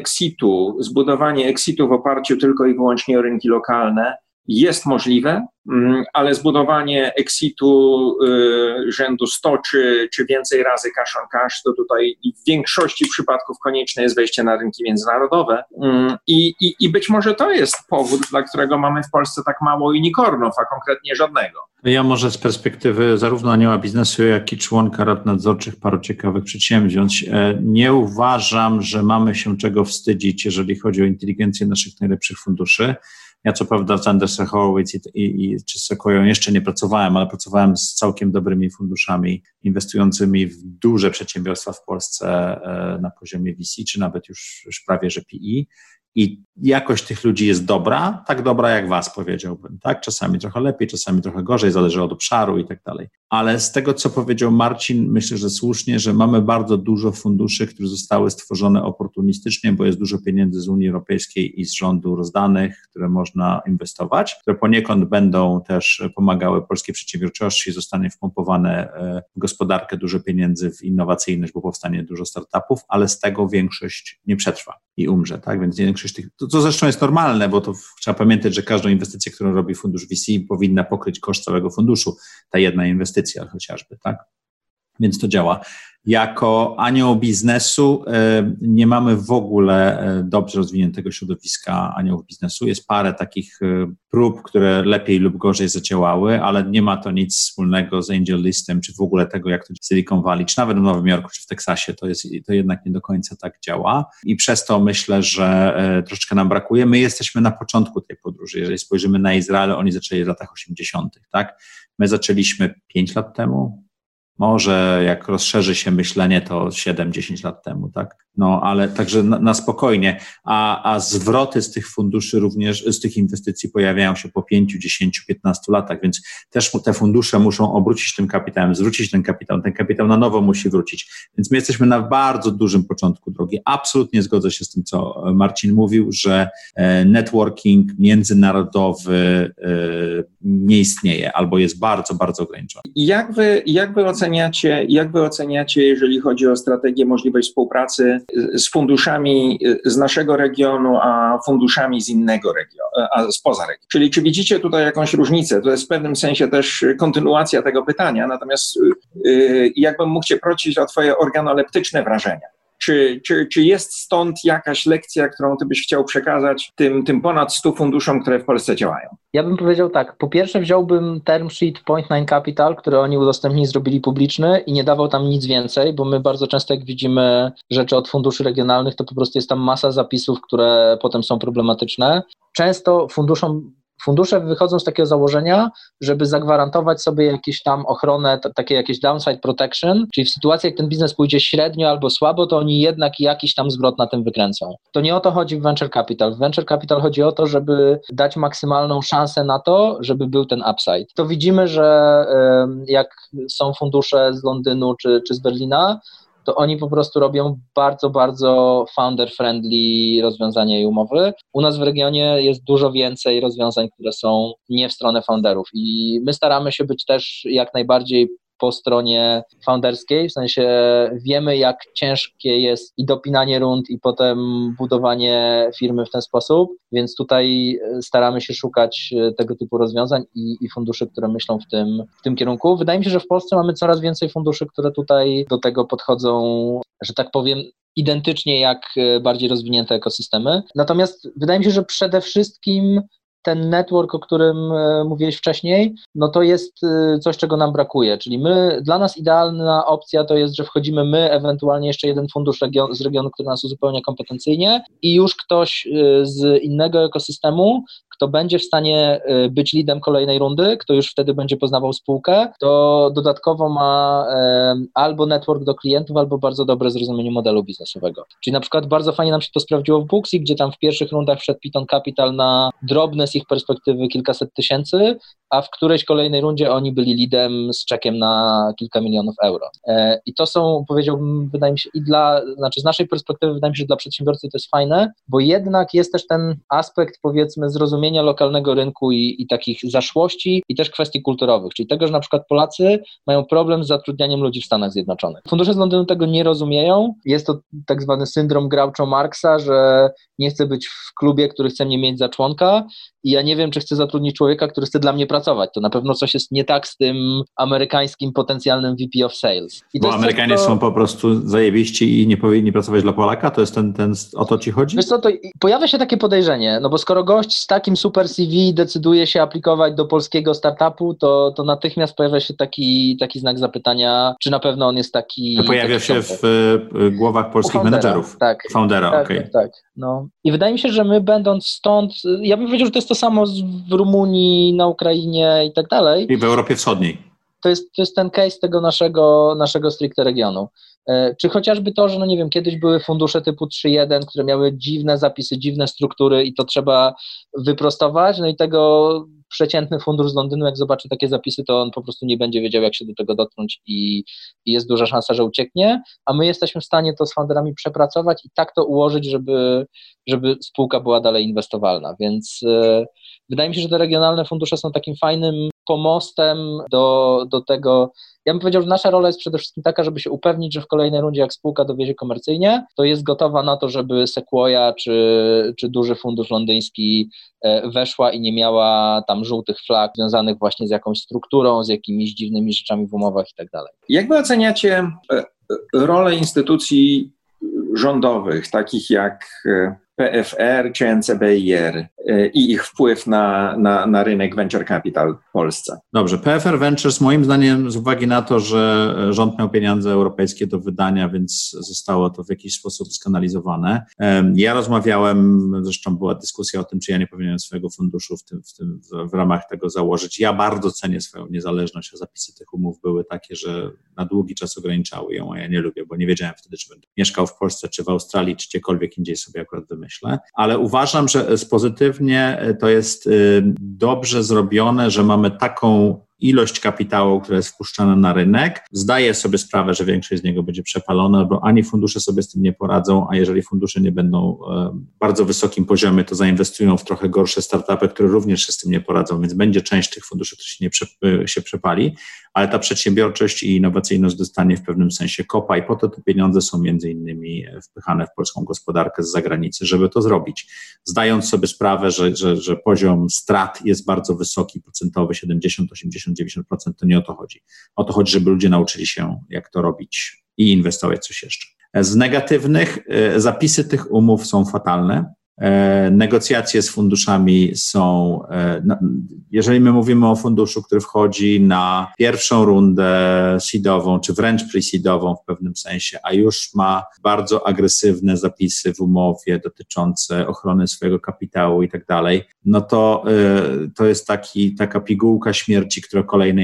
exitu w oparciu tylko i wyłącznie o rynki lokalne jest możliwe, ale zbudowanie exitu rzędu 100 czy więcej razy cash on cash, to tutaj w większości przypadków konieczne jest wejście na rynki międzynarodowe i być może to jest powód, dla którego mamy w Polsce tak mało unicornów, a konkretnie żadnego.
Ja może z perspektywy zarówno anioła biznesu, jak i członka rad nadzorczych paru ciekawych przedsięwzięć nie uważam, że mamy się czego wstydzić, jeżeli chodzi o inteligencję naszych najlepszych funduszy. Ja co prawda w Sandersa Horowitz czy Sequoia jeszcze nie pracowałem, ale pracowałem z całkiem dobrymi funduszami inwestującymi w duże przedsiębiorstwa w Polsce na poziomie VC, czy nawet już prawie że PE. I jakość tych ludzi jest dobra, tak dobra jak was, powiedziałbym. Tak? Czasami trochę lepiej, czasami trochę gorzej, zależy od obszaru i tak dalej. Ale z tego, co powiedział Marcin, myślę, że słusznie, że mamy bardzo dużo funduszy, które zostały stworzone oportunistycznie, bo jest dużo pieniędzy z Unii Europejskiej i z rządu rozdanych, które można inwestować, które poniekąd będą też pomagały polskiej przedsiębiorczości, zostanie wpompowane w gospodarkę dużo pieniędzy w innowacyjność, bo powstanie dużo startupów, ale z tego większość nie przetrwa i umrze, tak? Więc większość tych, to zresztą jest normalne, bo to trzeba pamiętać, że każdą inwestycję, którą robi fundusz VC, powinna pokryć koszt całego funduszu, ta jedna inwestycja chociażby, tak? Więc to działa. Jako anioł biznesu nie mamy w ogóle dobrze rozwiniętego środowiska aniołów biznesu. Jest parę takich prób, które lepiej lub gorzej zadziałały, ale nie ma to nic wspólnego z Angel Listem, czy w ogóle tego, jak to w Silicon Valley, czy nawet w Nowym Jorku, czy w Teksasie. To jednak nie do końca tak działa. I przez to myślę, że troszeczkę nam brakuje. My jesteśmy na początku tej podróży. Jeżeli spojrzymy na Izrael, oni zaczęli w latach 80., tak? My zaczęliśmy 5 lat temu. Może jak rozszerzy się myślenie, to 7-10 lat temu, tak? No, ale także na spokojnie. A zwroty z tych funduszy również, z tych inwestycji pojawiają się po 5, 10, 15 latach, więc też te fundusze muszą obrócić tym kapitałem, zwrócić ten kapitał na nowo musi wrócić. Więc my jesteśmy na bardzo dużym początku drogi. Absolutnie zgodzę się z tym, co Marcin mówił, że networking międzynarodowy nie istnieje albo jest bardzo, bardzo ograniczony.
Jak wy oceniacie, jeżeli chodzi o strategię, możliwość współpracy z funduszami z naszego regionu, a funduszami z innego regionu, a spoza regionu? Czyli czy widzicie tutaj jakąś różnicę? To jest w pewnym sensie też kontynuacja tego pytania, natomiast jakbym mógł cię prosić o twoje organoleptyczne wrażenia. Czy jest stąd jakaś lekcja, którą ty byś chciał przekazać tym ponad 100 funduszom, które w Polsce działają?
Ja bym powiedział tak, po pierwsze wziąłbym term sheet Point Nine Capital, który oni udostępnili, zrobili publiczny i nie dawał tam nic więcej, bo my bardzo często jak widzimy rzeczy od funduszy regionalnych, to po prostu jest tam masa zapisów, które potem są problematyczne. Często fundusze wychodzą z takiego założenia, żeby zagwarantować sobie jakieś tam ochronę, takie jakieś downside protection, czyli w sytuacji, jak ten biznes pójdzie średnio albo słabo, to oni jednak jakiś tam zwrot na tym wykręcą. To nie o to chodzi w venture capital. W venture capital chodzi o to, żeby dać maksymalną szansę na to, żeby był ten upside. To widzimy, że jak są fundusze z Londynu czy z Berlina, to oni po prostu robią bardzo, bardzo founder-friendly rozwiązania i umowy. U nas w regionie jest dużo więcej rozwiązań, które są nie w stronę founderów i my staramy się być też jak najbardziej po stronie founderskiej, w sensie wiemy, jak ciężkie jest i dopinanie rund i potem budowanie firmy w ten sposób, więc tutaj staramy się szukać tego typu rozwiązań i funduszy, które myślą w tym kierunku. Wydaje mi się, że w Polsce mamy coraz więcej funduszy, które tutaj do tego podchodzą, że tak powiem, identycznie jak bardziej rozwinięte ekosystemy. Natomiast wydaje mi się, że przede wszystkim ten network, o którym mówiłeś wcześniej, no to jest coś, czego nam brakuje, czyli dla nas idealna opcja to jest, że wchodzimy my, ewentualnie jeszcze jeden fundusz z regionu, który nas uzupełnia kompetencyjnie i już ktoś z innego ekosystemu, kto będzie w stanie być leadem kolejnej rundy, kto już wtedy będzie poznawał spółkę, to dodatkowo ma albo network do klientów, albo bardzo dobre zrozumienie modelu biznesowego. Czyli na przykład bardzo fajnie nam się to sprawdziło w Booksy, gdzie tam w pierwszych rundach wszedł Piton Capital na drobne z ich perspektywy kilkaset tysięcy, a w którejś kolejnej rundzie oni byli leadem z czekiem na kilka milionów euro. I to są, powiedziałbym, wydaje mi się, z naszej perspektywy wydaje mi się, że dla przedsiębiorcy to jest fajne, bo jednak jest też ten aspekt, powiedzmy, zrozumienia lokalnego rynku i takich zaszłości i też kwestii kulturowych, czyli tego, że na przykład Polacy mają problem z zatrudnianiem ludzi w Stanach Zjednoczonych. Fundusze z Londynu tego nie rozumieją. Jest to tak zwany syndrom Groucho Marxa, że nie chcę być w klubie, który chce mnie mieć za członka i ja nie wiem, czy chcę zatrudnić człowieka, który chce dla mnie pracować. To na pewno coś jest nie tak z tym amerykańskim potencjalnym VP of Sales.
Bo Amerykanie są po prostu zajebiści i nie powinni pracować dla Polaka? To jest o to ci chodzi?
Wiesz co, to pojawia się takie podejrzenie, no bo skoro gość z takim super CV decyduje się aplikować do polskiego startupu, to natychmiast pojawia się taki znak zapytania, czy na pewno on jest taki...
To pojawia się w głowach polskich menedżerów.
Tak.
Foundera,
tak,
okej.
Tak. No. I wydaje mi się, że my będąc stąd, ja bym powiedział, że to jest to samo w Rumunii, na Ukrainie i tak dalej.
I w Europie Wschodniej.
To jest ten case tego naszego stricte regionu. Czy chociażby to, że no nie wiem, kiedyś były fundusze typu 3.1, które miały dziwne zapisy, dziwne struktury i to trzeba wyprostować, no i tego przeciętny fundusz z Londynu, jak zobaczy takie zapisy, to on po prostu nie będzie wiedział, jak się do tego dotknąć i jest duża szansa, że ucieknie, a my jesteśmy w stanie to z founderami przepracować i tak to ułożyć, żeby spółka była dalej inwestowalna, więc wydaje mi się, że te regionalne fundusze są takim fajnym pomostem do tego. Ja bym powiedział, że nasza rola jest przede wszystkim taka, żeby się upewnić, że w kolejnej rundzie, jak spółka dowiezie komercyjnie, to jest gotowa na to, żeby Sequoia czy duży fundusz londyński weszła i nie miała tam żółtych flag związanych właśnie z jakąś strukturą, z jakimiś dziwnymi rzeczami w umowach i tak dalej.
Jak wy oceniacie rolę instytucji rządowych, takich jak PFR czy NCBIR, i ich wpływ na rynek venture capital w Polsce.
Dobrze, PFR Ventures moim zdaniem z uwagi na to, że rząd miał pieniądze europejskie do wydania, więc zostało to w jakiś sposób skanalizowane. Ja rozmawiałem, zresztą była dyskusja o tym, czy ja nie powinienem swojego funduszu w ramach tego założyć. Ja bardzo cenię swoją niezależność, a zapisy tych umów były takie, że na długi czas ograniczały ją, a ja nie lubię, bo nie wiedziałem wtedy, czy będę mieszkał w Polsce, czy w Australii, czy gdziekolwiek indziej sobie akurat wymyślę. Ale uważam, że pozytywnie to jest dobrze zrobione, że mamy taką ilość kapitału, która jest wpuszczana na rynek. Zdaję sobie sprawę, że większość z niego będzie przepalona, bo ani fundusze sobie z tym nie poradzą, a jeżeli fundusze nie będą w bardzo wysokim poziomie, to zainwestują w trochę gorsze startupy, które również się z tym nie poradzą, więc będzie część tych funduszy, która się przepali, ale ta przedsiębiorczość i innowacyjność dostanie w pewnym sensie kopa i po to te pieniądze są między innymi wpychane w polską gospodarkę z zagranicy, żeby to zrobić. Zdając sobie sprawę, że poziom strat jest bardzo wysoki, procentowy, 70, 80, 90%, to nie o to chodzi. O to chodzi, żeby ludzie nauczyli się, jak to robić i inwestować coś jeszcze. Z negatywnych zapisy tych umów są fatalne. Negocjacje z funduszami są, jeżeli my mówimy o funduszu, który wchodzi na pierwszą rundę seedową, czy wręcz pre-seedową w pewnym sensie, a już ma bardzo agresywne zapisy w umowie dotyczące ochrony swojego kapitału i tak dalej, no to jest taka pigułka śmierci, która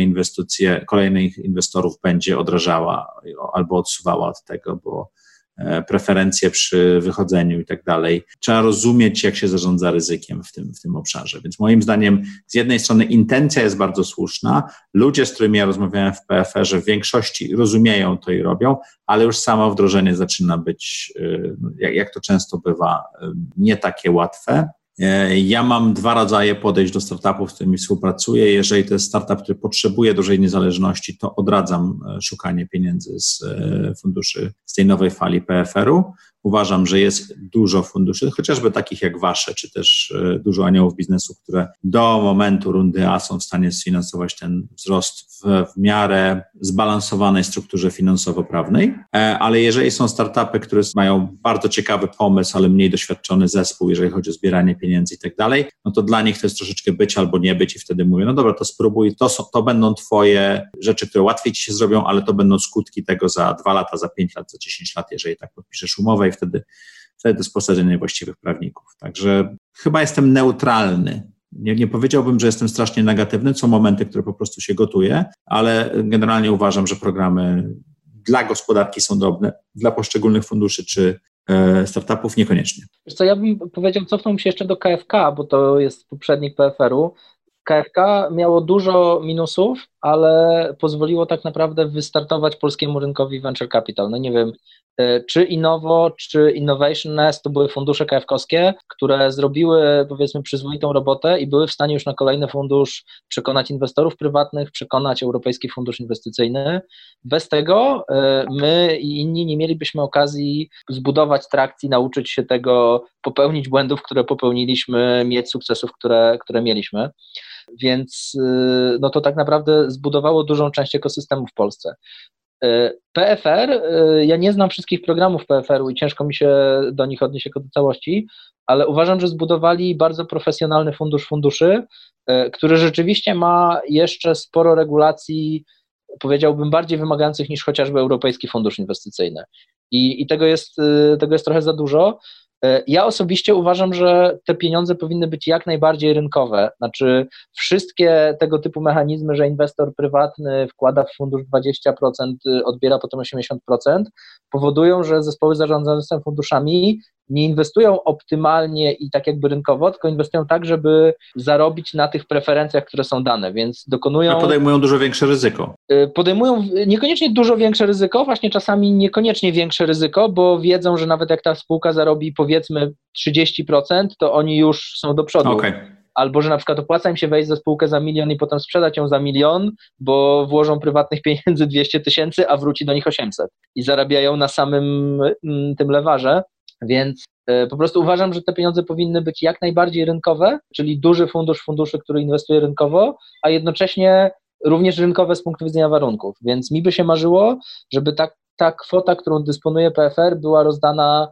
kolejnych inwestorów będzie odrażała albo odsuwała od tego, bo preferencje przy wychodzeniu i tak dalej. Trzeba rozumieć, jak się zarządza ryzykiem w tym obszarze. Więc moim zdaniem z jednej strony intencja jest bardzo słuszna. Ludzie, z którymi ja rozmawiałem w PFR-ze, w większości rozumieją to i robią, ale już samo wdrożenie zaczyna być, jak to często bywa, nie takie łatwe. Ja mam 2 rodzaje podejść do startupów, z którymi współpracuję. Jeżeli to jest startup, który potrzebuje dużej niezależności, to odradzam szukanie pieniędzy z funduszy z tej nowej fali PFR-u. Uważam, że jest dużo funduszy, chociażby takich jak wasze, czy też dużo aniołów biznesu, które do momentu rundy A są w stanie sfinansować ten wzrost w miarę zbalansowanej strukturze finansowo-prawnej. Ale jeżeli są startupy, które mają bardzo ciekawy pomysł, ale mniej doświadczony zespół, jeżeli chodzi o zbieranie pieniędzy i tak dalej, no to dla nich to jest troszeczkę być albo nie być i wtedy mówię, no dobra, to spróbuj, to będą twoje rzeczy, które łatwiej ci się zrobią, ale to będą skutki tego za 2 lata, za 5 lat, za 10 lat, jeżeli tak podpiszesz umowę i wtedy to jest posadzenie właściwych prawników. Także chyba jestem neutralny. Nie powiedziałbym, że jestem strasznie negatywny, są momenty, które po prostu się gotuje, ale generalnie uważam, że programy dla gospodarki są dobre, dla poszczególnych funduszy czy startupów niekoniecznie.
Wiesz co, ja bym powiedział, cofnął się jeszcze do KFK, bo to jest poprzednik PFR-u. KFK miało dużo minusów, ale pozwoliło tak naprawdę wystartować polskiemu rynkowi venture capital. No nie wiem, czy Innovo, czy Innovation Nest to były fundusze KFK-owskie, które zrobiły, powiedzmy, przyzwoitą robotę i były w stanie już na kolejny fundusz przekonać inwestorów prywatnych, przekonać Europejski Fundusz Inwestycyjny. Bez tego my i inni nie mielibyśmy okazji zbudować trakcji, nauczyć się tego, popełnić błędów, które popełniliśmy, mieć sukcesów, które mieliśmy. Więc no to tak naprawdę zbudowało dużą część ekosystemu w Polsce. PFR, ja nie znam wszystkich programów PFR-u i ciężko mi się do nich odnieść jako do całości, ale uważam, że zbudowali bardzo profesjonalny fundusz funduszy, który rzeczywiście ma jeszcze sporo regulacji, powiedziałbym, bardziej wymagających niż chociażby Europejski Fundusz Inwestycyjny. I tego jest trochę za dużo. Ja osobiście uważam, że te pieniądze powinny być jak najbardziej rynkowe, znaczy wszystkie tego typu mechanizmy, że inwestor prywatny wkłada w fundusz 20%, odbiera potem 80%, powodują, że zespoły zarządzające funduszami nie inwestują optymalnie i tak jakby rynkowo, tylko inwestują tak, żeby zarobić na tych preferencjach, które są dane, więc
podejmują dużo większe ryzyko.
Podejmują niekoniecznie dużo większe ryzyko, właśnie czasami niekoniecznie większe ryzyko, bo wiedzą, że nawet jak ta spółka zarobi powiedzmy 30%, to oni już są do przodu.
Okay.
Albo że na przykład opłaca im się wejść za spółkę za 1 milion i potem sprzedać ją za 1 milion, bo włożą prywatnych pieniędzy 200 000, a wróci do nich 800 i zarabiają na samym tym lewarze. Więc po prostu uważam, że te pieniądze powinny być jak najbardziej rynkowe, czyli duży funduszy, który inwestuje rynkowo, a jednocześnie również rynkowe z punktu widzenia warunków. Więc mi by się marzyło, żeby ta kwota, którą dysponuje PFR, była rozdana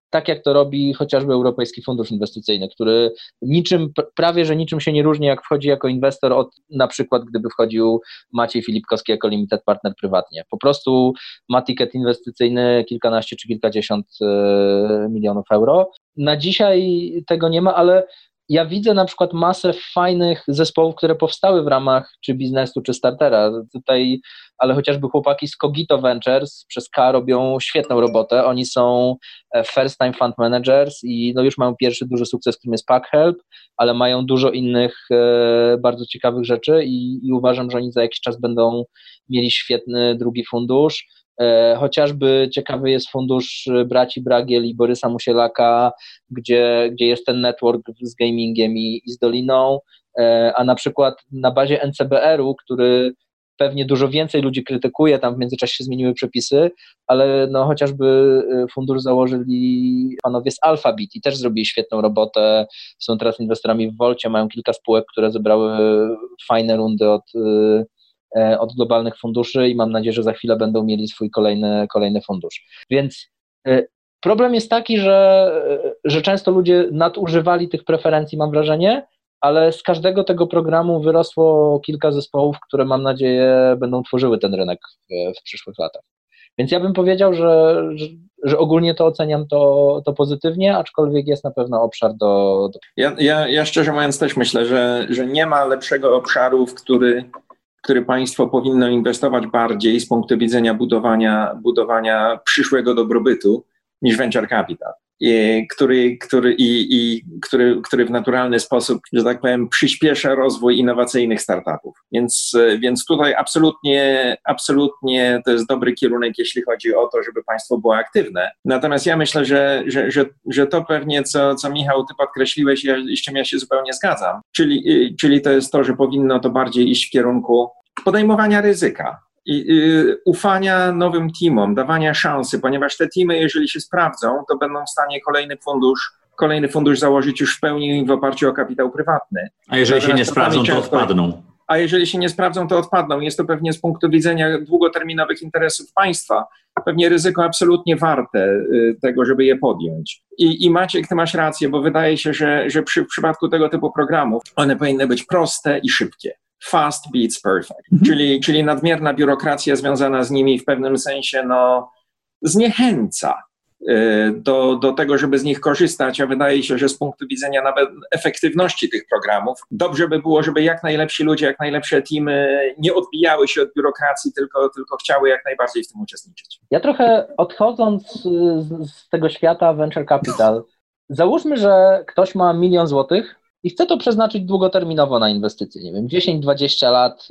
tak jak to robi chociażby Europejski Fundusz Inwestycyjny, który prawie że niczym się nie różni, jak wchodzi jako inwestor od na przykład gdyby wchodził Maciej Filipkowski jako limited partner prywatnie. Po prostu ma ticket inwestycyjny kilkanaście czy kilkadziesiąt milionów euro. Na dzisiaj tego nie ma, ale ja widzę na przykład masę fajnych zespołów, które powstały w ramach czy biznesu, czy startera. Tutaj, ale chociażby chłopaki z Cogito Ventures przez K robią świetną robotę. Oni są first time fund managers i no już mają pierwszy duży sukces, którym jest PackHelp, ale mają dużo innych bardzo ciekawych rzeczy i uważam, że oni za jakiś czas będą mieli świetny drugi fundusz. Chociażby ciekawy jest fundusz braci Bragiel i Borysa Musielaka, gdzie jest ten network z gamingiem i z Doliną, a na przykład na bazie NCBR-u, który pewnie dużo więcej ludzi krytykuje, tam w międzyczasie się zmieniły przepisy, ale no chociażby fundusz założyli panowie z Alphabet i też zrobili świetną robotę, są teraz inwestorami w Wolcie, mają kilka spółek, które zebrały fajne rundy od globalnych funduszy i mam nadzieję, że za chwilę będą mieli swój kolejny fundusz. Więc problem jest taki, że często ludzie nadużywali tych preferencji, mam wrażenie, ale z każdego tego programu wyrosło kilka zespołów, które mam nadzieję będą tworzyły ten rynek w przyszłych latach. Więc ja bym powiedział, że ogólnie to oceniam to pozytywnie, aczkolwiek jest na pewno obszar do...
Ja szczerze mówiąc też myślę, że nie ma lepszego obszaru, w który państwo powinno inwestować bardziej z punktu widzenia budowania przyszłego dobrobytu niż venture capital, który w naturalny sposób, że tak powiem, przyspiesza rozwój innowacyjnych startupów. Więc tutaj absolutnie to jest dobry kierunek, jeśli chodzi o to, żeby państwo było aktywne. Natomiast ja myślę, że to pewnie, co Michał, ty podkreśliłeś, z czym ja się zupełnie zgadzam, czyli to jest to, że powinno to bardziej iść w kierunku podejmowania ryzyka. Ufania nowym teamom, dawania szansy, ponieważ te teamy, jeżeli się sprawdzą, to będą w stanie kolejny fundusz założyć już w pełni w oparciu o kapitał prywatny.
A jeżeli się nie sprawdzą, to odpadną.
A jeżeli się nie sprawdzą, to odpadną. Jest to pewnie z punktu widzenia długoterminowych interesów państwa pewnie ryzyko absolutnie warte tego, żeby je podjąć. I Maciek, ty masz rację, bo wydaje się, że w przypadku tego typu programów one powinny być proste i szybkie. Fast beats perfect, czyli nadmierna biurokracja związana z nimi w pewnym sensie zniechęca do tego, żeby z nich korzystać, a wydaje się, że z punktu widzenia nawet efektywności tych programów dobrze by było, żeby jak najlepsi ludzie, jak najlepsze teamy nie odbijały się od biurokracji, tylko chciały jak najbardziej w tym uczestniczyć.
Ja trochę odchodząc z tego świata venture capital, załóżmy, że ktoś ma 1 000 000 złotych i chce to przeznaczyć długoterminowo na inwestycje, nie wiem, 10-20 lat,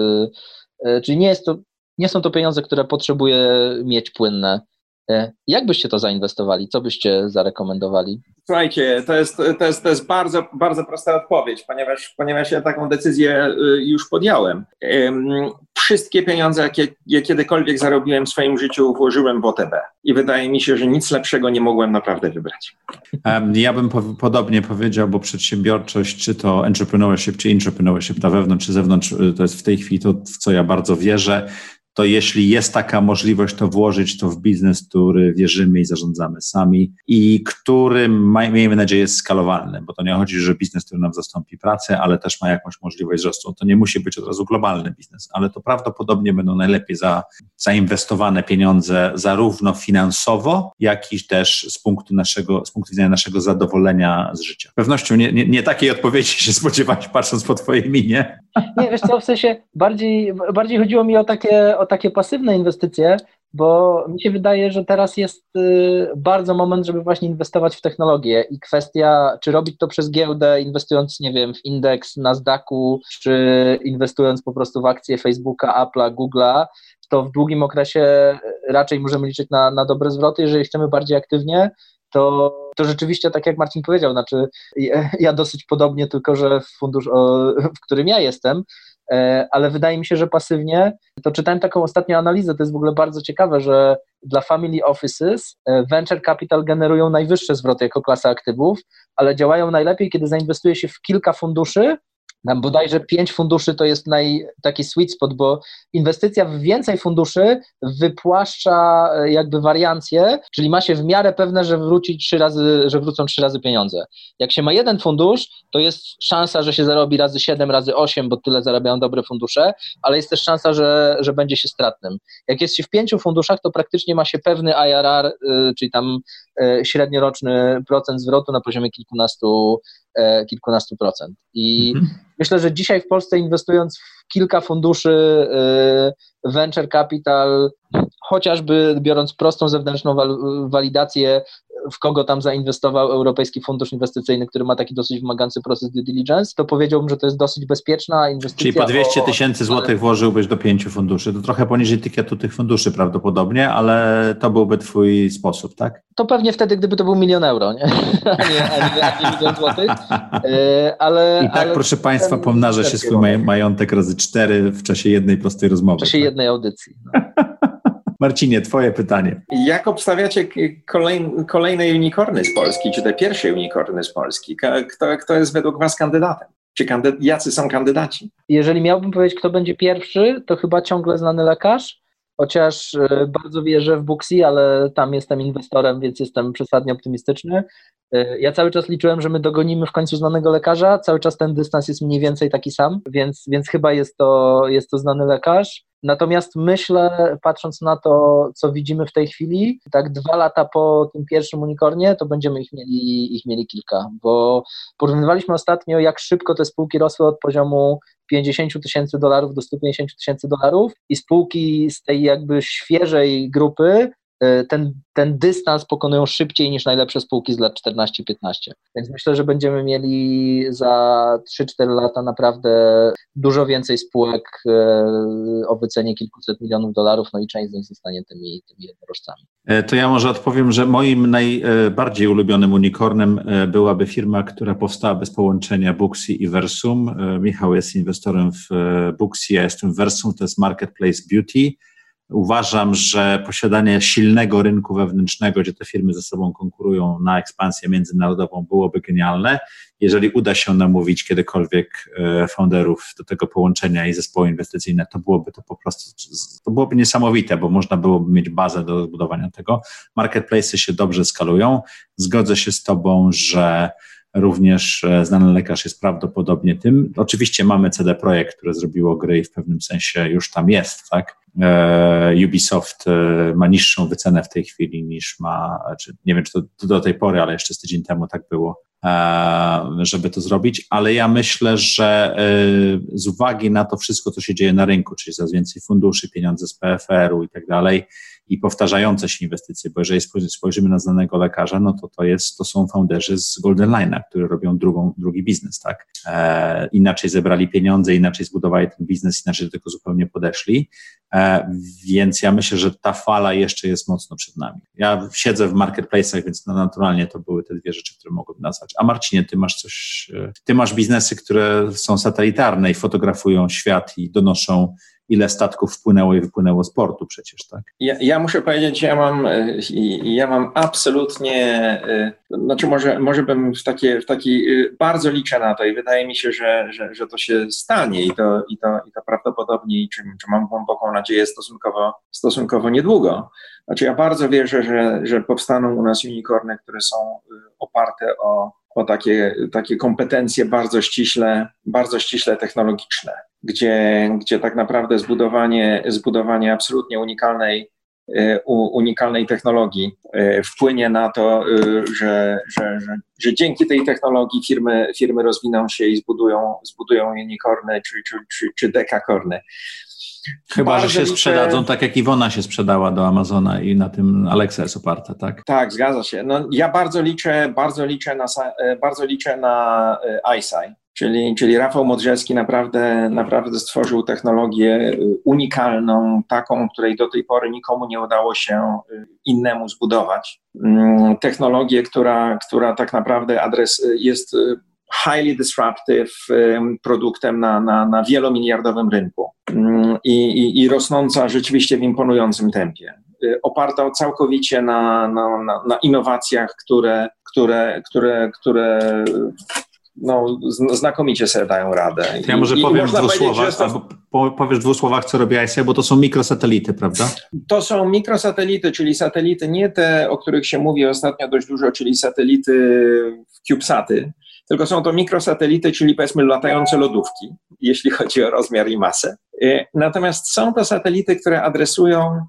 czyli nie są to pieniądze, które potrzebuje mieć płynne. Jak byście to zainwestowali? Co byście zarekomendowali?
Słuchajcie, to jest bardzo, bardzo prosta odpowiedź, ponieważ ja taką decyzję już podjąłem. Wszystkie pieniądze, jakie kiedykolwiek zarobiłem w swoim życiu, włożyłem w OTB i wydaje mi się, że nic lepszego nie mogłem naprawdę wybrać.
Ja bym podobnie powiedział, bo przedsiębiorczość, czy to entrepreneurship, czy intrapreneurship, ta wewnątrz, czy zewnątrz, to jest w tej chwili to, w co ja bardzo wierzę. To jeśli jest taka możliwość, to włożyć to w biznes, który wierzymy i zarządzamy sami i który, miejmy nadzieję, jest skalowalny, bo to nie chodzi, że biznes, który nam zastąpi pracę, ale też ma jakąś możliwość wzrostu. To nie musi być od razu globalny biznes, ale to prawdopodobnie będą najlepiej zainwestowane pieniądze zarówno finansowo, jak i też z punktu widzenia naszego zadowolenia z życia. Z pewnością nie takiej odpowiedzi się spodziewałeś, patrząc po twojej minie.
Nie, wiesz co, w sensie bardziej chodziło mi o takie pasywne inwestycje, bo mi się wydaje, że teraz jest bardzo moment, żeby właśnie inwestować w technologię i kwestia, czy robić to przez giełdę, inwestując, nie wiem, w indeks Nasdaqu, czy inwestując po prostu w akcje Facebooka, Apple'a, Google'a, to w długim okresie raczej możemy liczyć na dobre zwroty. Jeżeli chcemy bardziej aktywnie, to rzeczywiście, tak jak Marcin powiedział, znaczy ja dosyć podobnie, tylko że w fundusz, w którym ja jestem, ale wydaje mi się, że pasywnie, to czytałem taką ostatnią analizę, to jest w ogóle bardzo ciekawe, że dla family offices venture capital generują najwyższe zwroty jako klasa aktywów, ale działają najlepiej, kiedy zainwestuje się w kilka funduszy Nam bodajże 5 funduszy to jest taki sweet spot, bo inwestycja w więcej funduszy wypłaszcza jakby wariancję, czyli ma się w miarę pewne, że wrócą 3 razy pieniądze. Jak się ma jeden fundusz, to jest szansa, że się zarobi razy 7, razy 8, bo tyle zarabiają dobre fundusze, ale jest też szansa, że będzie się stratnym. Jak jest się w 5 funduszach, to praktycznie ma się pewny IRR, czyli tam średnioroczny procent zwrotu na poziomie kilkunastu procent. I myślę, że dzisiaj w Polsce inwestując w kilka funduszy venture capital, chociażby biorąc prostą zewnętrzną walidację, w kogo tam zainwestował Europejski Fundusz Inwestycyjny, który ma taki dosyć wymagający proces due diligence, to powiedziałbym, że to jest dosyć bezpieczna inwestycja.
Czyli po 200 tysięcy złotych włożyłbyś do 5 funduszy. To trochę poniżej tykietu tych funduszy prawdopodobnie, ale to byłby twój sposób, tak?
To pewnie wtedy, gdyby to był 1 000 000 euro, nie? a nie 1 000 000 złotych.
Proszę Państwa, pomnaża się swój majątek razy 4 w czasie jednej prostej rozmowy.
W czasie jednej audycji. No.
Marcinie, twoje pytanie.
Jak obstawiacie kolejne unicorny z Polski, czy te pierwsze unicorny z Polski? Kto jest według was kandydatem? Czy jacy są kandydaci?
Jeżeli miałbym powiedzieć, kto będzie pierwszy, to chyba ciągle znany lekarz, chociaż bardzo wierzę w Booksy, ale tam jestem inwestorem, więc jestem przesadnie optymistyczny. Ja cały czas liczyłem, że my dogonimy w końcu znanego lekarza, cały czas ten dystans jest mniej więcej taki sam, więc chyba jest to znany lekarz. Natomiast myślę, patrząc na to, co widzimy w tej chwili, tak 2 lata po tym pierwszym unicornie, to będziemy ich mieli kilka, bo porównywaliśmy ostatnio, jak szybko te spółki rosły od poziomu $50 000 do $150 000 i spółki z tej jakby świeżej grupy ten dystans pokonują szybciej niż najlepsze spółki z lat 14-15. Więc myślę, że będziemy mieli za 3-4 lata naprawdę dużo więcej spółek o wycenie kilkuset milionów dolarów, no i część z nich zostanie tymi jednorożcami.
To ja może odpowiem, że moim najbardziej ulubionym unicornem byłaby firma, która powstała bez połączenia Booksy i Versum. Michał jest inwestorem w Booksy, ja jestem w Versum, to jest Marketplace Beauty. Uważam, że posiadanie silnego rynku wewnętrznego, gdzie te firmy ze sobą konkurują na ekspansję międzynarodową, byłoby genialne. Jeżeli uda się namówić kiedykolwiek founderów do tego połączenia i zespoły inwestycyjne, to byłoby to po prostu, to byłoby niesamowite, bo można byłoby mieć bazę do zbudowania tego. Marketplace'y się dobrze skalują. Zgodzę się z tobą, że również znany lekarz jest prawdopodobnie tym. Oczywiście mamy CD Projekt, które zrobiło gry i w pewnym sensie już tam jest, tak? Ubisoft ma niższą wycenę w tej chwili niż ma, nie wiem, czy to do tej pory, ale jeszcze z tydzień temu tak było, żeby to zrobić, ale ja myślę, że z uwagi na to wszystko, co się dzieje na rynku, czyli coraz więcej funduszy, pieniądze z PFR-u i tak dalej, i powtarzające się inwestycje, bo jeżeli spojrzymy na znanego lekarza, no to są founderzy z Golden Line'a, którzy robią drugi biznes, tak? Inaczej zebrali pieniądze, inaczej zbudowali ten biznes, inaczej do tego zupełnie podeszli, więc ja myślę, że ta fala jeszcze jest mocno przed nami. Ja siedzę w marketplace'ach, więc naturalnie to były te dwie rzeczy, które mogłem nazwać. A Marcinie, ty masz biznesy, które są satelitarne i fotografują świat i donoszą, ile statków wpłynęło i wypłynęło z portu przecież, tak? Ja
muszę powiedzieć, ja mam absolutnie, znaczy może bym w taki bardzo liczę na to i wydaje mi się, że to się stanie i to prawdopodobnie, czy mam głęboką nadzieję stosunkowo niedługo. Znaczy ja bardzo wierzę, że powstaną u nas unicorny, które są oparte o takie kompetencje bardzo ściśle technologiczne, gdzie tak naprawdę zbudowanie absolutnie unikalnej technologii wpłynie na to, że dzięki tej technologii firmy rozwiną się i zbudują unicorny czy dekakorny.
Chyba, że się sprzedadzą tak, jak Iwona się sprzedała do Amazona i na tym Alexa jest oparta, tak?
Tak, zgadza się. No, ja bardzo liczę na iSci, czyli Rafał Modrzewski naprawdę stworzył technologię unikalną, taką, której do tej pory nikomu nie udało się innemu zbudować. Technologię, która tak naprawdę jest highly disruptive produktem na wielomiliardowym rynku i rosnąca rzeczywiście w imponującym tempie. Oparta całkowicie na innowacjach, które znakomicie sobie dają radę.
Ja może powiem w 2 słowach, powiesz w 2 słowach, co robi ICEA, bo to są mikrosatelity, prawda?
To są mikrosatelity, czyli satelity nie te, o których się mówi ostatnio dość dużo, czyli satelity CubeSaty, tylko są to mikrosatelity, czyli powiedzmy latające lodówki, jeśli chodzi o rozmiar i masę. Natomiast są to satelity, które adresują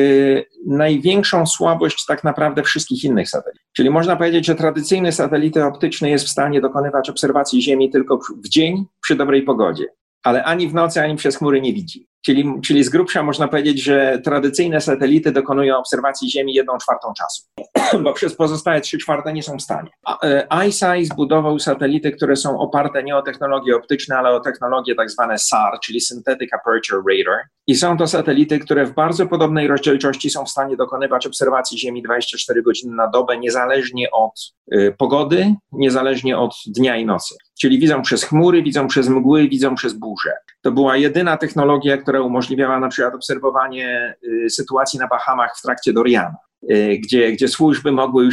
największą słabość tak naprawdę wszystkich innych satelitów. Czyli można powiedzieć, że tradycyjny satelity optyczny jest w stanie dokonywać obserwacji Ziemi tylko w dzień przy dobrej pogodzie, ale ani w nocy, ani przez chmury nie widzi. Czyli z grubsza można powiedzieć, że tradycyjne satelity dokonują obserwacji Ziemi 1/4 czasu, bo przez pozostałe 3/4 nie są w stanie. ICEA zbudował satelity, które są oparte nie o technologie optyczne, ale o technologie tak zwane SAR, czyli Synthetic Aperture Radar. I są to satelity, które w bardzo podobnej rozdzielczości są w stanie dokonywać obserwacji Ziemi 24 godziny na dobę, niezależnie od pogody, niezależnie od dnia i nocy. Czyli widzą przez chmury, widzą przez mgły, widzą przez burze. To była jedyna technologia, która umożliwiała na przykład obserwowanie sytuacji na Bahamach w trakcie Doriana, gdzie służby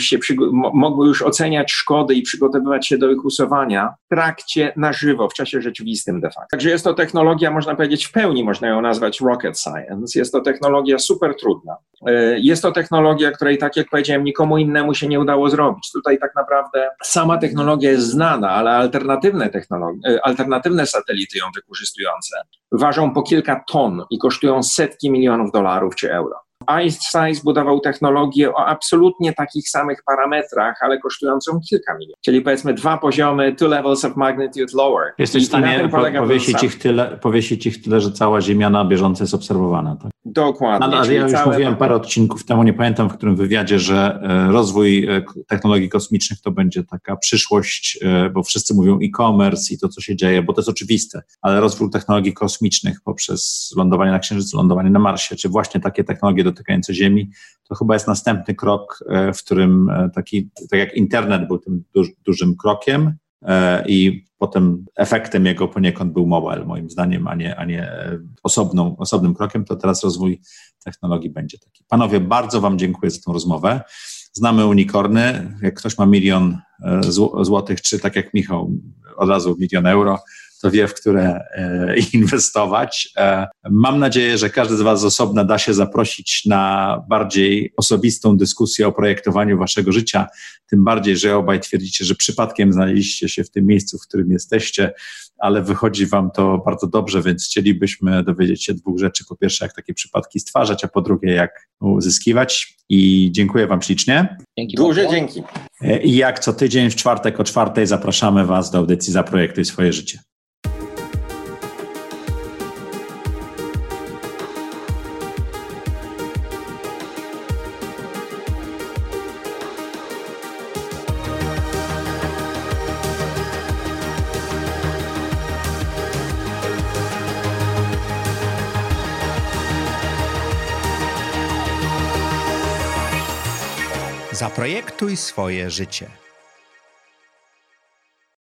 mogły już oceniać szkody i przygotowywać się do ich usuwania w trakcie na żywo, w czasie rzeczywistym de facto. Także jest to technologia, można powiedzieć, w pełni można ją nazwać rocket science. Jest to technologia super trudna. Jest to technologia, której, tak jak powiedziałem, nikomu innemu się nie udało zrobić. Tutaj tak naprawdę sama technologia jest znana, ale alternatywne satelity ją wykorzystujące ważą po kilka ton i kosztują setki milionów dolarów czy euro. ICEA zbudował technologię o absolutnie takich samych parametrach, ale kosztującą kilka milionów. Czyli powiedzmy 2 poziomy, 2 levels of magnitude lower.
Jesteś w stanie powiesić ich tyle, że cała Ziemia na bieżąco jest obserwowana, tak?
Dokładnie.
Ale ja już mówiłem parę odcinków temu, nie pamiętam w którym wywiadzie, że rozwój technologii kosmicznych to będzie taka przyszłość, bo wszyscy mówią e-commerce i to, co się dzieje, bo to jest oczywiste, ale rozwój technologii kosmicznych poprzez lądowanie na Księżycu, lądowanie na Marsie, czy właśnie takie technologie dotykające Ziemi, to chyba jest następny krok, w którym tak jak internet był tym dużym krokiem i potem efektem jego poniekąd był mobile, moim zdaniem, a nie osobnym krokiem, to teraz rozwój technologii będzie taki. Panowie, bardzo wam dziękuję za tę rozmowę. Znamy unikorny. Jak ktoś ma 1 000 000 złotych, czy tak jak Michał, od razu 1 000 000 euro, to wie, w które inwestować. Mam nadzieję, że każdy z was z osobna da się zaprosić na bardziej osobistą dyskusję o projektowaniu waszego życia, tym bardziej, że obaj twierdzicie, że przypadkiem znaleźliście się w tym miejscu, w którym jesteście, ale wychodzi wam to bardzo dobrze, więc chcielibyśmy dowiedzieć się 2 rzeczy. Po pierwsze, jak takie przypadki stwarzać, a po drugie, jak uzyskiwać. I dziękuję wam ślicznie.
Duże dzięki.
I jak co tydzień w czwartek o 4:00 zapraszamy was do audycji Zaprojektuj swoje życie.
Zaprojektuj swoje życie.